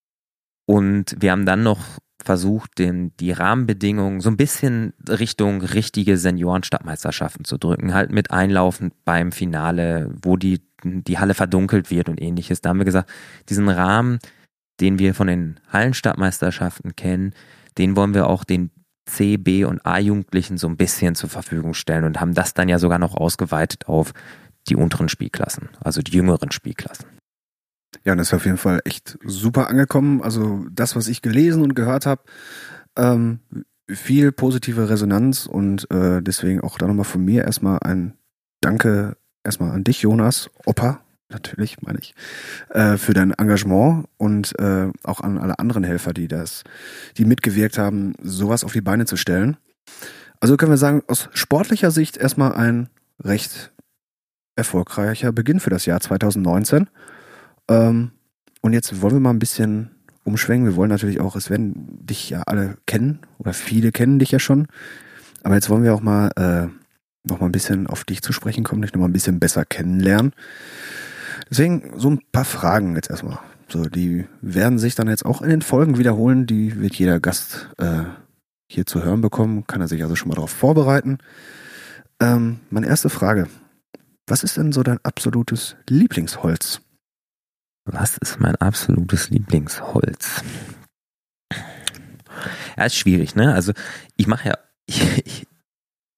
und wir haben dann noch versucht, den, die Rahmenbedingungen so ein bisschen Richtung richtige Seniorenstadtmeisterschaften zu drücken, halt mit Einlaufen beim Finale, wo die, die Halle verdunkelt wird und ähnliches. Da haben wir gesagt, diesen Rahmen, den wir von den Hallenstadtmeisterschaften kennen, den wollen wir auch den C-, B- und A-Jugendlichen so ein bisschen zur Verfügung stellen und haben das dann ja sogar noch ausgeweitet auf die unteren Spielklassen, also die jüngeren Spielklassen. Ja, und das ist auf jeden Fall echt super angekommen. Also das, was ich gelesen und gehört habe, ähm, viel positive Resonanz und äh, deswegen auch da nochmal von mir erstmal ein Danke erstmal an dich, Jonas, Opa, natürlich meine ich, äh, für dein Engagement und äh, auch an alle anderen Helfer, die das, die mitgewirkt haben, sowas auf die Beine zu stellen. Also können wir sagen, aus sportlicher Sicht erstmal ein recht erfolgreicher Beginn für das Jahr zwanzig neunzehn. Ähm, und jetzt wollen wir mal ein bisschen umschwenken. Wir wollen natürlich auch, es werden dich ja alle kennen oder viele kennen dich ja schon. Aber jetzt wollen wir auch mal äh, noch mal ein bisschen auf dich zu sprechen kommen, dich noch mal ein bisschen besser kennenlernen. Deswegen so ein paar Fragen jetzt erstmal. So, die werden sich dann jetzt auch in den Folgen wiederholen. Die wird jeder Gast äh, hier zu hören bekommen. Kann er sich also schon mal darauf vorbereiten. Ähm, meine erste Frage. Was ist denn so dein absolutes Lieblingsholz? Was ist mein absolutes Lieblingsholz? Ja, ist schwierig, ne? Also ich mache ja, ich, ich,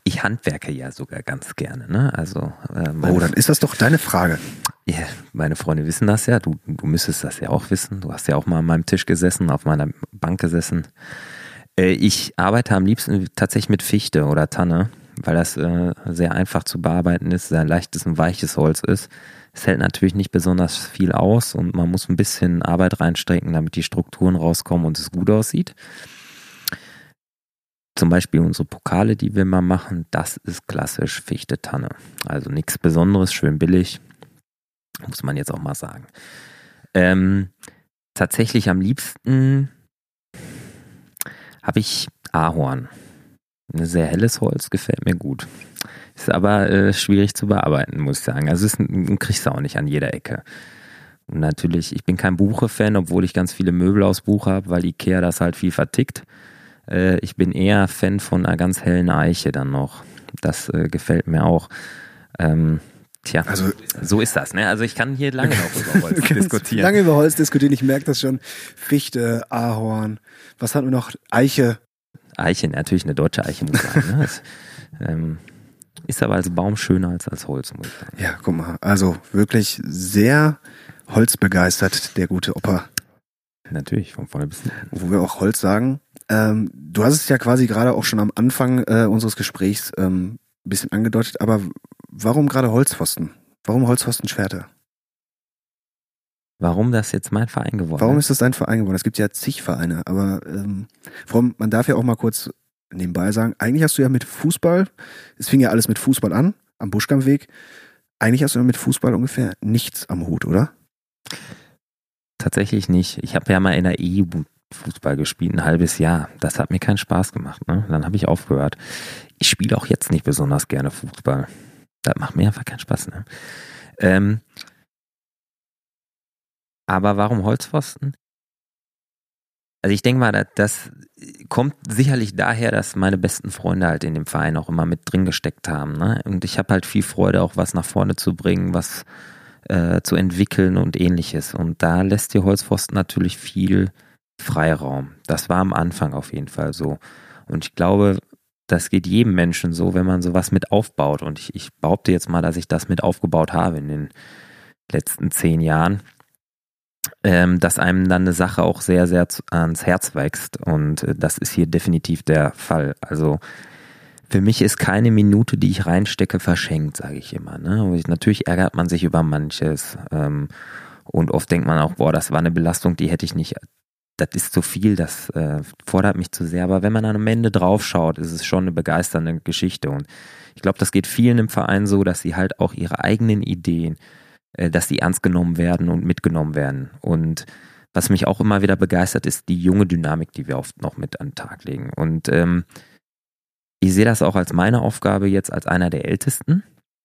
Ich handwerke ja sogar ganz gerne, ne? Also, äh, oh, dann ist das doch deine Frage. Ja, meine Freunde wissen das ja, du, du müsstest das ja auch wissen. Du hast ja auch mal an meinem Tisch gesessen, auf meiner Bank gesessen. Äh, ich arbeite am liebsten tatsächlich mit Fichte oder Tanne, weil das äh, sehr einfach zu bearbeiten ist, sehr leichtes und weiches Holz ist. Es hält natürlich nicht besonders viel aus und man muss ein bisschen Arbeit reinstecken, damit die Strukturen rauskommen und es gut aussieht. Zum Beispiel unsere Pokale, die wir mal machen, das ist klassisch Fichte-Tanne. Also nichts Besonderes, schön billig, muss man jetzt auch mal sagen. Ähm, tatsächlich am liebsten habe ich Ahorn. Ein sehr helles Holz, gefällt mir gut. Ist aber äh, schwierig zu bearbeiten, muss ich sagen. Also es ist, kriegst du auch nicht an jeder Ecke. Und natürlich, ich bin kein Buche-Fan, obwohl ich ganz viele Möbel aus Buche habe, weil Ikea das halt viel vertickt. Ich bin eher Fan von einer ganz hellen Eiche dann noch. Das äh, gefällt mir auch. Ähm, tja, also, so ist das. Ne? Also ich kann hier lange noch über Holz diskutieren. Lange über Holz diskutieren, ich merke das schon. Fichte, Ahorn, was hatten wir noch? Eiche. Eiche, natürlich eine deutsche Eiche muss sein. Ne? Das, ähm, ist aber als Baum schöner als als Holz, muss ich sagen. Ja, guck mal, also wirklich sehr holzbegeistert, der gute Opa. Natürlich, von vorne bis hinten. Wo wir auch Holz sagen. Ähm, du hast es ja quasi gerade auch schon am Anfang äh, unseres Gesprächs ähm, ein bisschen angedeutet, aber warum gerade Holzpfosten? Warum Holzpfosten-Schwerter? Warum das jetzt mein Verein geworden ist? Warum ist das dein Verein geworden? Es gibt ja zig Vereine, aber ähm, vor allem, man darf ja auch mal kurz nebenbei sagen, eigentlich hast du ja mit Fußball, es fing ja alles mit Fußball an, am Buschkampfweg, eigentlich hast du ja mit Fußball ungefähr nichts am Hut, oder? Tatsächlich nicht. Ich habe ja mal in der E-Jugend Fußball gespielt, ein halbes Jahr. Das hat mir keinen Spaß gemacht. Ne? Dann habe ich aufgehört. Ich spiele auch jetzt nicht besonders gerne Fußball. Das macht mir einfach keinen Spaß. Ne? Ähm, aber warum Holzpfosten? Also ich denke mal, das, das kommt sicherlich daher, dass meine besten Freunde halt in dem Verein auch immer mit drin gesteckt haben. Ne? Und ich habe halt viel Freude, auch was nach vorne zu bringen, was äh, zu entwickeln und ähnliches. Und da lässt die Holzpfosten natürlich viel Freiraum. Das war am Anfang auf jeden Fall so. Und ich glaube, das geht jedem Menschen so, wenn man sowas mit aufbaut. Und ich, ich behaupte jetzt mal, dass ich das mit aufgebaut habe in den letzten zehn Jahren, ähm, dass einem dann eine Sache auch sehr, sehr ans Herz wächst. Und äh, das ist hier definitiv der Fall. Also für mich ist keine Minute, die ich reinstecke, verschenkt, sage ich immer. Ne? Und natürlich ärgert man sich über manches. Ähm, und oft denkt man auch, boah, das war eine Belastung, die hätte ich nicht. Das ist zu viel, das äh, fordert mich zu sehr. Aber wenn man dann am Ende drauf schaut, ist es schon eine begeisternde Geschichte. Und ich glaube, das geht vielen im Verein so, dass sie halt auch ihre eigenen Ideen, äh, dass die ernst genommen werden und mitgenommen werden. Und was mich auch immer wieder begeistert, ist die junge Dynamik, die wir oft noch mit an den Tag legen. Und ähm, ich sehe das auch als meine Aufgabe jetzt als einer der Ältesten,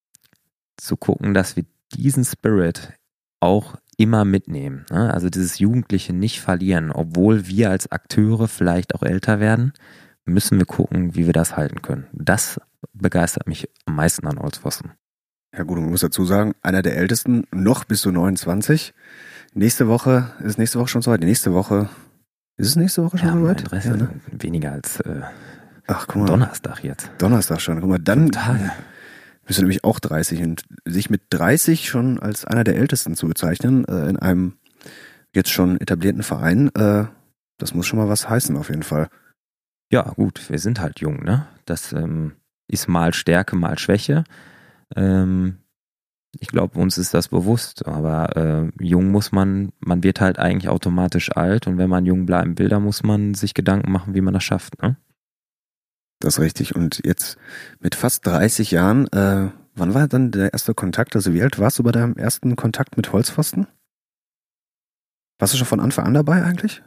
zu gucken, dass wir diesen Spirit auch immer mitnehmen. Ne? Also dieses Jugendliche nicht verlieren, obwohl wir als Akteure vielleicht auch älter werden, müssen wir gucken, wie wir das halten können. Das begeistert mich am meisten an Holzpfosten. Ja gut, man muss dazu sagen, einer der Ältesten, noch bis zu neunundzwanzig. Nächste Woche, ist nächste Woche schon soweit? Nächste Woche, ist es nächste Woche schon ja, soweit? Interesse, ja, ne? Weniger als äh, Ach, guck mal. Donnerstag jetzt. Donnerstag schon, guck mal, dann Total. bist du nämlich auch dreißig und sich mit dreißig schon als einer der Ältesten zu bezeichnen, äh, in einem jetzt schon etablierten Verein, äh, das muss schon mal was heißen auf jeden Fall. Ja gut, wir sind halt jung, ne? Das ähm, ist mal Stärke, mal Schwäche. Ähm, ich glaube, uns ist das bewusst, aber äh, jung muss man, man wird halt eigentlich automatisch alt und wenn man jung bleiben will, dann muss man sich Gedanken machen, wie man das schafft, ne? Das ist richtig. Und jetzt mit fast dreißig Jahren, äh, wann war dann der erste Kontakt? Also wie alt warst du bei deinem ersten Kontakt mit Holzpfosten? Warst du schon von Anfang an dabei eigentlich?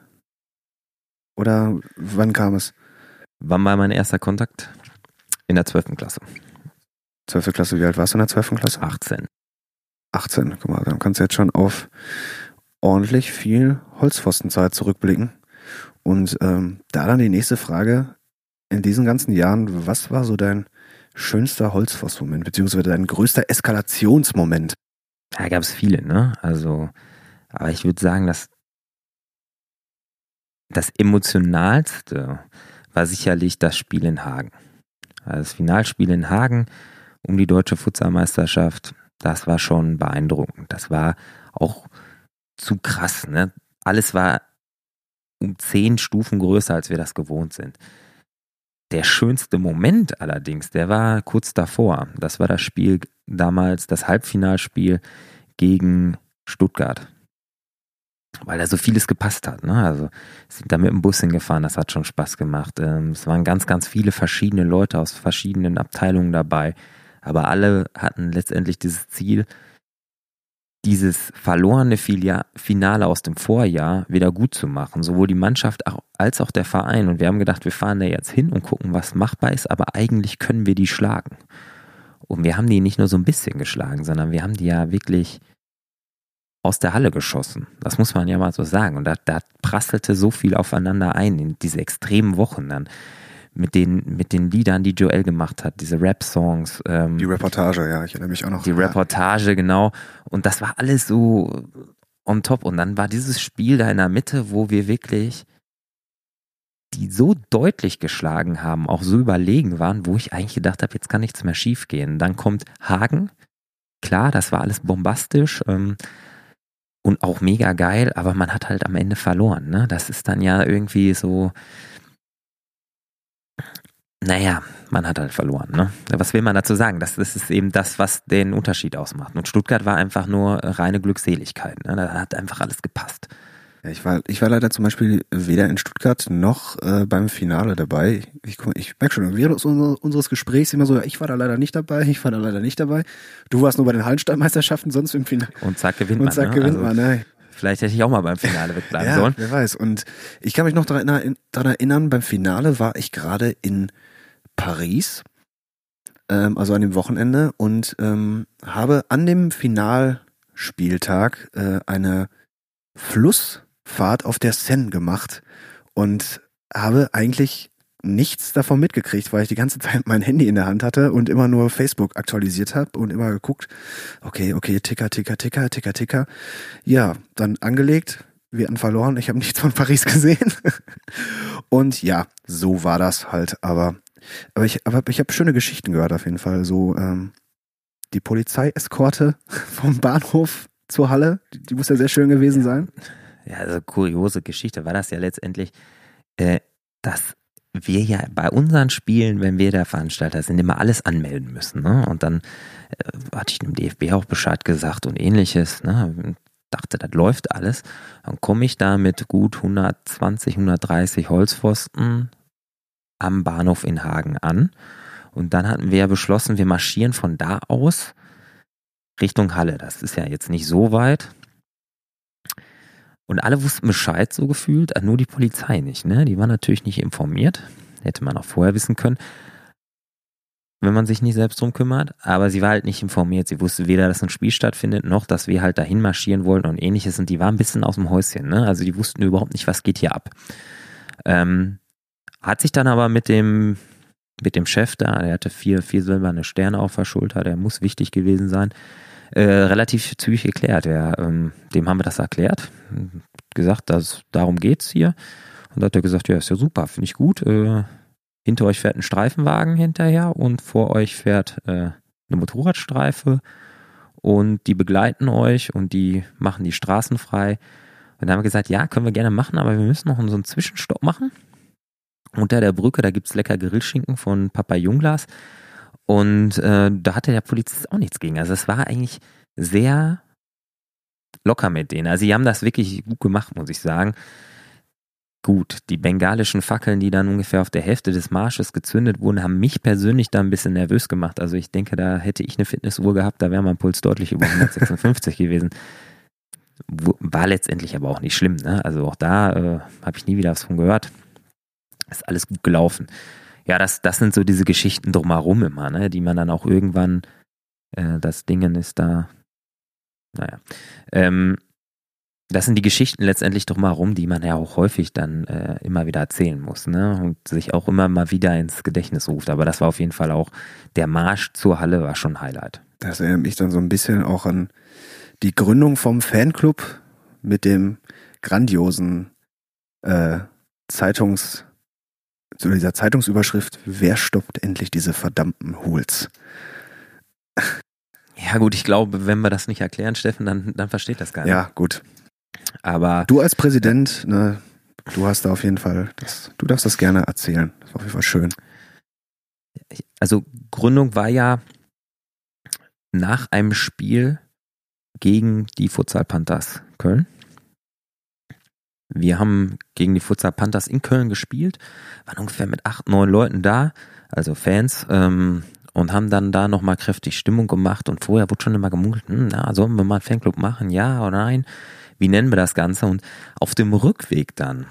Oder wann kam es? Wann war mein erster Kontakt? In der zwölften Klasse. zwölfte Klasse, wie alt warst du in der zwölften Klasse? achtzehn. achtzehn, guck mal, dann kannst du jetzt schon auf ordentlich viel Holzpfostenzeit zurückblicken. Und ähm, da dann die nächste Frage, in diesen ganzen Jahren, was war so dein schönster Holzpfostenmoment, beziehungsweise dein größter Eskalationsmoment? Da gab es viele, ne? Also, aber ich würde sagen, dass das emotionalste war sicherlich das Spiel in Hagen. Also das Finalspiel in Hagen um die deutsche Futsalmeisterschaft, das war schon beeindruckend. Das war auch zu krass, ne? Alles war um zehn Stufen größer, als wir das gewohnt sind. Der schönste Moment allerdings, der war kurz davor. Das war das Spiel damals, das Halbfinalspiel gegen Stuttgart. Weil da so vieles gepasst hat, ne? Also sind da mit dem Bus hingefahren, das hat schon Spaß gemacht. Es waren ganz, ganz viele verschiedene Leute aus verschiedenen Abteilungen dabei, aber alle hatten letztendlich dieses Ziel, dieses verlorene Finale aus dem Vorjahr wieder gut zu machen, sowohl die Mannschaft als auch der Verein. Und wir haben gedacht, wir fahren da jetzt hin und gucken, was machbar ist, aber eigentlich können wir die schlagen. Und wir haben die nicht nur so ein bisschen geschlagen, sondern wir haben die ja wirklich aus der Halle geschossen. Das muss man ja mal so sagen. Und da, da prasselte so viel aufeinander ein in diese extremen Wochen dann. Mit den, mit den Liedern, die Joel gemacht hat, diese Rap-Songs. Ähm, die Reportage, ja, ich erinnere mich auch noch. Die Reportage, genau. Und das war alles so on top. Und dann war dieses Spiel da in der Mitte, wo wir wirklich die so deutlich geschlagen haben, auch so überlegen waren, wo ich eigentlich gedacht habe, jetzt kann nichts mehr schief gehen. Dann kommt Hagen. Klar, das war alles bombastisch. Ähm, Und auch mega geil, aber man hat halt am Ende verloren, ne? Das ist dann ja irgendwie so, naja, man hat halt verloren, ne? Was will man dazu sagen? Das, das ist eben das, was den Unterschied ausmacht. Und Stuttgart war einfach nur reine Glückseligkeit, ne? Da hat einfach alles gepasst. Ja, ich war, ich war leider zum Beispiel weder in Stuttgart noch äh, beim Finale dabei. Ich, ich merke schon, während unseres Gesprächs immer so, ich war da leider nicht dabei, ich war da leider nicht dabei. Du warst nur bei den Hallenstadtmeisterschaften, sonst im Finale. Und zack, gewinnt Und man. zack, ne? gewinnt also, man, ne? Vielleicht hätte ich auch mal beim Finale wegbleiben ja, sollen. Wer weiß. Und ich kann mich noch daran erinnern, daran erinnern beim Finale war ich gerade in Paris, ähm, also an dem Wochenende, und ähm, habe an dem Finalspieltag äh, eine Flussfahrt auf der Seine gemacht und habe eigentlich nichts davon mitgekriegt, weil ich die ganze Zeit mein Handy in der Hand hatte und immer nur Facebook aktualisiert habe und immer geguckt, okay, okay, Ticker, Ticker, Ticker, Ticker, Ticker. Ja, dann angelegt, wir hatten verloren, ich habe nichts von Paris gesehen. Und ja, so war das halt, aber aber ich, aber ich habe schöne Geschichten gehört auf jeden Fall, so ähm, die Polizeieskorte vom Bahnhof zur Halle, die, die muss ja sehr schön gewesen ja. sein. Ja, also kuriose Geschichte war das ja letztendlich, äh, dass wir ja bei unseren Spielen, wenn wir der Veranstalter sind, immer alles anmelden müssen, ne? Und dann äh, hatte ich dem D F B auch Bescheid gesagt und ähnliches, ne? Dachte, das läuft alles. Dann komme ich da mit gut hundertzwanzig, hundertdreißig Holzpfosten am Bahnhof in Hagen an. Und dann hatten wir ja beschlossen, wir marschieren von da aus Richtung Halle. Das ist ja jetzt nicht so weit. Und alle wussten Bescheid, so gefühlt, nur die Polizei nicht, ne? Die war natürlich nicht informiert. Hätte man auch vorher wissen können, wenn man sich nicht selbst drum kümmert. Aber sie war halt nicht informiert. Sie wusste weder, dass ein Spiel stattfindet, noch, dass wir halt dahin marschieren wollen und ähnliches. Und die waren ein bisschen aus dem Häuschen, ne? Also die wussten überhaupt nicht, was geht hier ab. Ähm, hat sich dann aber mit dem, mit dem Chef da, der hatte vier, vier silberne Sterne auf der Schulter, der muss wichtig gewesen sein, Äh, relativ zügig geklärt. Der, ähm, dem haben wir das erklärt, gesagt, dass darum geht's hier. Und da hat er gesagt, ja, ist ja super, finde ich gut. Äh, hinter euch fährt ein Streifenwagen hinterher und vor euch fährt äh, eine Motorradstreife und die begleiten euch und die machen die Straßen frei. Und dann haben wir gesagt, ja, können wir gerne machen, aber wir müssen noch so einen Zwischenstopp machen. Unter der Brücke, da gibt's lecker Grillschinken von Papa Jungglas. Und äh, da hatte der Polizist auch nichts gegen. Also es war eigentlich sehr locker mit denen. Also sie haben das wirklich gut gemacht, muss ich sagen. Gut, die bengalischen Fackeln, die dann ungefähr auf der Hälfte des Marsches gezündet wurden, haben mich persönlich da ein bisschen nervös gemacht. Also ich denke, da hätte ich eine Fitnessuhr gehabt, da wäre mein Puls deutlich über hundertsechsundfünfzig gewesen. War letztendlich aber auch nicht schlimm, ne? Also auch da äh, habe ich nie wieder was von gehört. Ist alles gut gelaufen. Ja, das, das sind so diese Geschichten drumherum immer, ne, die man dann auch irgendwann, äh, das Dingen ist da, naja, ähm, das sind die Geschichten letztendlich drumherum, die man ja auch häufig dann äh, immer wieder erzählen muss, ne, und sich auch immer mal wieder ins Gedächtnis ruft. Aber das war auf jeden Fall auch, der Marsch zur Halle war schon ein Highlight. Das erinnert mich dann so ein bisschen auch an die Gründung vom Fanclub mit dem grandiosen äh, Zeitungs- zu dieser Zeitungsüberschrift, wer stoppt endlich diese verdammten Hools? Ja gut, ich glaube, wenn wir das nicht erklären, Steffen, dann, dann versteht das keiner. Ja, gut. Aber du als Präsident, ne, du hast da auf jeden Fall, das, du darfst das gerne erzählen. Das war auf jeden Fall schön. Also Gründung war ja nach einem Spiel gegen die Futsal Panthers Köln. Wir haben gegen die Futsal Panthers in Köln gespielt, waren ungefähr mit acht, neun Leuten da, also Fans, ähm, und haben dann da nochmal kräftig Stimmung gemacht und vorher wurde schon immer gemunkelt, hm, na, sollen wir mal einen Fanclub machen, ja oder nein? Wie nennen wir das Ganze? Und auf dem Rückweg dann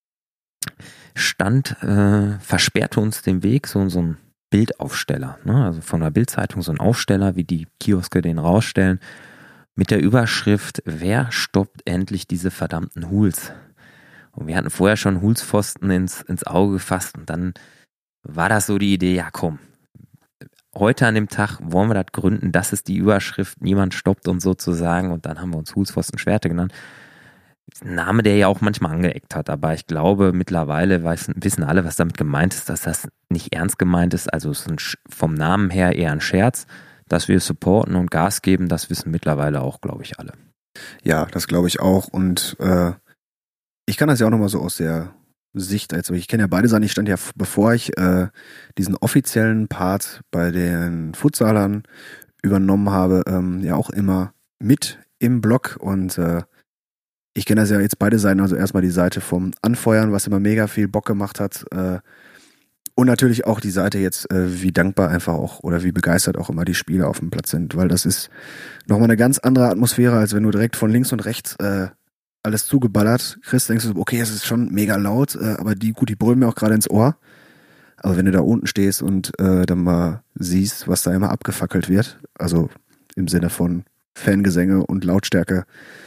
stand, äh, versperrte uns den Weg so, so ein Bildaufsteller, ne? Also von der Bildzeitung so ein Aufsteller, wie die Kioske den rausstellen, mit der Überschrift, wer stoppt endlich diese verdammten Hools? Und wir hatten vorher schon Hulspfosten ins, ins Auge gefasst und dann war das so die Idee, ja komm, heute an dem Tag wollen wir das gründen, das ist die Überschrift, niemand stoppt uns sozusagen und dann haben wir uns Hulspfosten Schwerte genannt. Ein Name, der ja auch manchmal angeeckt hat, aber ich glaube mittlerweile weiß, wissen alle, was damit gemeint ist, dass das nicht ernst gemeint ist, also es ist ein, vom Namen her eher ein Scherz, dass wir supporten und Gas geben, das wissen mittlerweile auch, glaube ich, alle. Ja, das glaube ich auch und äh, ich kann das ja auch nochmal so aus der Sicht, also ich kenne ja beide Seiten, ich stand ja, bevor ich äh, diesen offiziellen Part bei den Futsalern übernommen habe, ähm, ja auch immer mit im Blog und äh, ich kenne das ja jetzt beide Seiten, also erstmal die Seite vom Anfeuern, was immer mega viel Bock gemacht hat äh, und natürlich auch die Seite jetzt, äh, wie dankbar einfach auch oder wie begeistert auch immer die Spieler auf dem Platz sind, weil das ist nochmal eine ganz andere Atmosphäre, als wenn du direkt von links und rechts äh, alles zugeballert kriegst, denkst du, okay, es ist schon mega laut, äh, aber die, gut, die brüllen mir auch gerade ins Ohr. Aber wenn du da unten stehst und äh, dann mal siehst, was da immer abgefackelt wird, also im Sinne von Fangesänge und Lautstärke,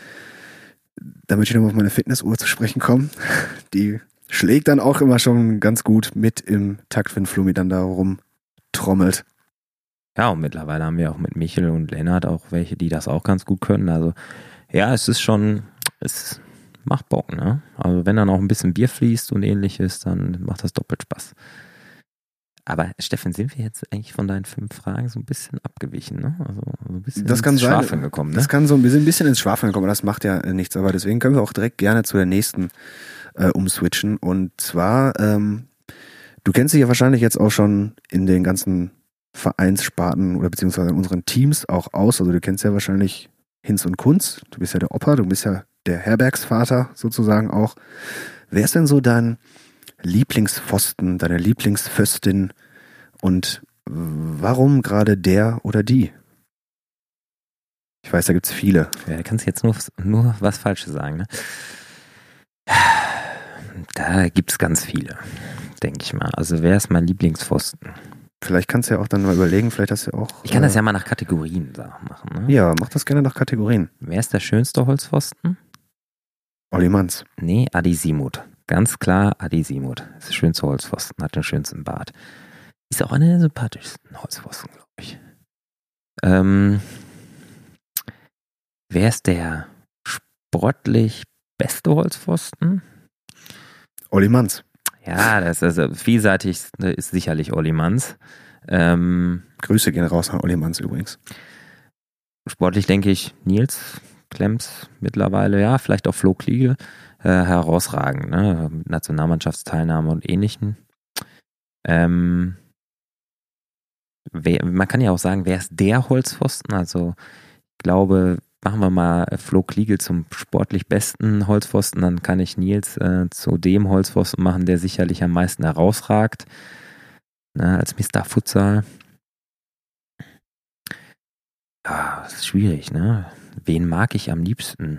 da möchte ich nochmal auf meine Fitnessuhr zu sprechen kommen. Die schlägt dann auch immer schon ganz gut mit im Takt, wenn Flumi dann da rumtrommelt. Ja, und mittlerweile haben wir auch mit Michel und Lennart auch welche, die das auch ganz gut können. Also ja, es ist schon, es macht Bock, ne? Also wenn dann auch ein bisschen Bier fließt und ähnliches, dann macht das doppelt Spaß. Aber Steffen, sind wir jetzt eigentlich von deinen fünf Fragen so ein bisschen abgewichen, ne? Also so ein bisschen das kann ins sein, Schwafeln gekommen, ne? Das kann so, wir sind ein bisschen ins Schwafeln gekommen, aber das macht ja nichts. Aber deswegen können wir auch direkt gerne zu der nächsten äh, umswitchen. Und zwar, ähm, du kennst dich ja wahrscheinlich jetzt auch schon in den ganzen Vereinssparten oder beziehungsweise in unseren Teams auch aus. Also du kennst ja wahrscheinlich Hinz und Kunz. Du bist ja der Opa, du bist ja der Herbergsvater sozusagen auch. Wer ist denn so dein Lieblingspfosten, deine Lieblingsföstin und warum gerade der oder die? Ich weiß, da gibt's viele. Ja, da kannst du jetzt nur, nur was Falsches sagen, ne? Da gibt's ganz viele, denke ich mal. Also wer ist mein Lieblingspfosten? Vielleicht kannst du ja auch dann mal überlegen, vielleicht hast du ja auch... Ich kann äh, das ja mal nach Kategorien machen, ne? Ja, mach das gerne nach Kategorien. Wer ist der schönste Holzpfosten? Olli Manns. Nee, Adi Simut. Ganz klar Adi Simut. Ist der schönste Holzpfosten, hat den schönsten Bart. Ist auch einer der sympathischsten Holzpfosten, glaube ich. Ähm, wer ist der sportlich beste Holzpfosten? Olli Manns. Ja, das ist also vielseitig ist sicherlich Olli Manns. Ähm, Grüße gehen raus an Olli Manns übrigens. Sportlich denke ich Nils Klemms mittlerweile, ja, vielleicht auch Flo Kliege, äh, herausragend, ne? Mit Nationalmannschaftsteilnahme und Ähnlichem. Ähm, wer, man kann ja auch sagen, wer ist der Holzpfosten? Also ich glaube, machen wir mal Flo Kliegel zum sportlich besten Holzpfosten, dann kann ich Nils äh, zu dem Holzpfosten machen, der sicherlich am meisten herausragt, ne, als Mister Futsal. Ja, das ist schwierig, ne? Wen mag ich am liebsten?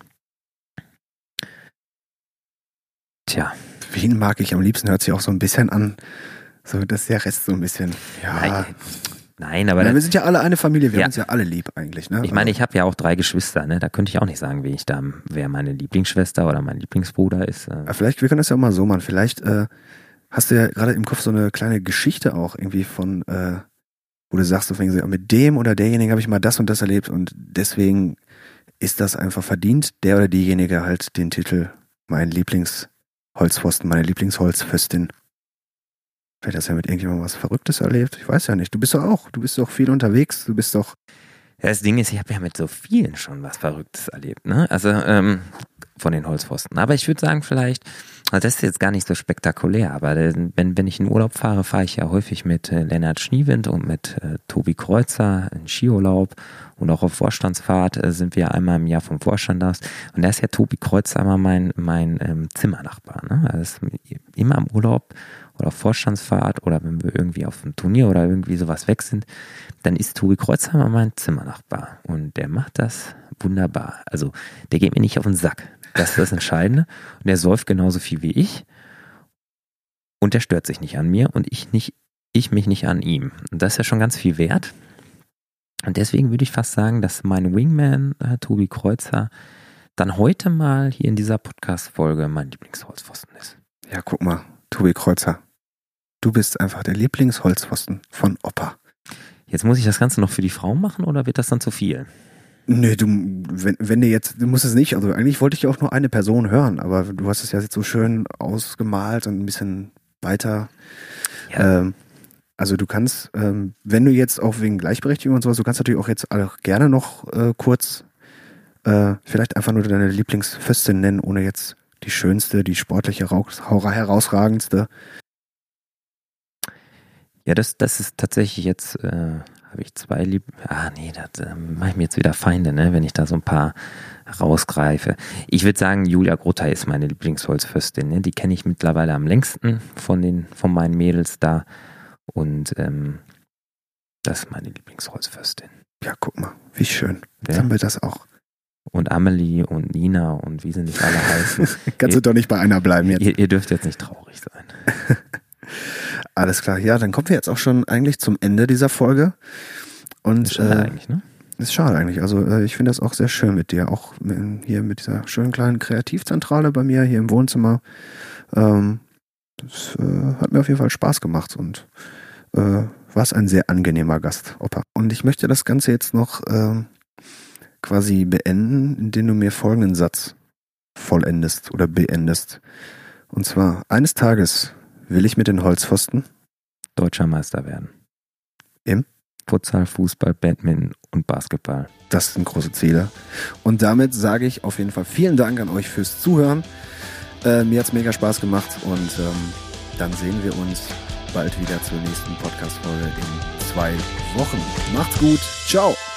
Tja. Wen mag ich am liebsten? Hört sich auch so ein bisschen an, so dass der Rest so ein bisschen, ja... Nein. Nein, aber... Ja, wir sind ja alle eine Familie, wir ja. haben uns ja alle lieb eigentlich, ne? Ich meine, also. ich habe ja auch drei Geschwister, ne? Da könnte ich auch nicht sagen, wen ich da, wer meine Lieblingsschwester oder mein Lieblingsbruder ist. Ja, vielleicht, wir können das ja auch mal so machen, vielleicht äh, hast du ja gerade im Kopf so eine kleine Geschichte auch irgendwie von, äh, wo du sagst, mit dem oder derjenigen habe ich mal das und das erlebt und deswegen ist das einfach verdient, der oder diejenige halt den Titel mein Lieblingsholzpfosten, meine Lieblingsholzföstin Vielleicht hast du ja mit irgendjemandem was Verrücktes erlebt. Ich weiß ja nicht. Du bist doch auch, du bist doch viel unterwegs. Du bist doch... Ja, das Ding ist, ich habe ja mit so vielen schon was Verrücktes erlebt, ne? Also ähm, von den Holzpfosten. Aber ich würde sagen vielleicht, also das ist jetzt gar nicht so spektakulär, aber wenn, wenn ich in Urlaub fahre, fahre ich ja häufig mit äh, Lennart Schniewind und mit äh, Tobi Kreuzer in Skiurlaub und auch auf Vorstandsfahrt äh, sind wir einmal im Jahr vom Vorstand aus. Und da ist ja Tobi Kreuzer immer mein, mein ähm, Zimmernachbar, ne? Also immer im Urlaub oder auf Vorstandsfahrt oder wenn wir irgendwie auf einem Turnier oder irgendwie sowas weg sind, dann ist Tobi Kreuzheimer mein Zimmernachbar und der macht das wunderbar. Also der geht mir nicht auf den Sack, das ist das Entscheidende und der säuft genauso viel wie ich und der stört sich nicht an mir und ich nicht, ich mich nicht an ihm. Und das ist ja schon ganz viel wert und deswegen würde ich fast sagen, dass mein Wingman äh, Tobi Kreuzer dann heute mal hier in dieser Podcast-Folge mein Lieblingsholzpfosten ist. Ja, guck mal, Tobi Kreuzer. Du bist einfach der Lieblingsholzpfosten von Opa. Jetzt muss ich das Ganze noch für die Frau machen oder wird das dann zu viel? Nö, du, wenn, wenn du jetzt, du musst es nicht, also eigentlich wollte ich ja auch nur eine Person hören, aber du hast es ja jetzt so schön ausgemalt und ein bisschen weiter. Ja. Ähm, also du kannst, ähm, wenn du jetzt auch wegen Gleichberechtigung und sowas, du kannst natürlich auch jetzt auch gerne noch äh, kurz äh, vielleicht einfach nur deine Lieblingsföstin nennen, ohne jetzt die schönste, die sportliche, herausragendste. Ja, das, das ist tatsächlich jetzt, äh, habe ich zwei lieb. Ah, nee, das äh, mache ich mir jetzt wieder Feinde, ne, wenn ich da so ein paar rausgreife. Ich würde sagen, Julia Grottay ist meine Lieblingsholzfürstin, ne? Die kenne ich mittlerweile am längsten von den, von meinen Mädels da. Und ähm, das ist meine Lieblingsholzfürstin. Ja, guck mal, wie schön. Jetzt ja. haben wir das auch. Und Amelie und Nina und wie sie nicht alle heißen. Kannst ihr, du doch nicht bei einer bleiben jetzt. Ihr, ihr dürft jetzt nicht traurig sein. Alles klar, ja, dann kommen wir jetzt auch schon eigentlich zum Ende dieser Folge. Und ist schade äh, eigentlich, ne? Ist schade eigentlich. Also äh, ich finde das auch sehr schön mit dir. Auch mit, hier mit dieser schönen kleinen Kreativzentrale bei mir hier im Wohnzimmer. Ähm, das äh, hat mir auf jeden Fall Spaß gemacht und äh, war ein sehr angenehmer Gast, Opa. Und ich möchte das Ganze jetzt noch äh, quasi beenden, indem du mir folgenden Satz vollendest oder beendest. Und zwar, eines Tages will ich mit den Holzpfosten Deutscher Meister werden. Im? Futsal, Fußball, Badminton und Basketball. Das sind große Ziele. Und damit sage ich auf jeden Fall vielen Dank an euch fürs Zuhören. Äh, mir hat es mega Spaß gemacht und ähm, dann sehen wir uns bald wieder zur nächsten Podcast-Folge in zwei Wochen. Macht's gut. Ciao.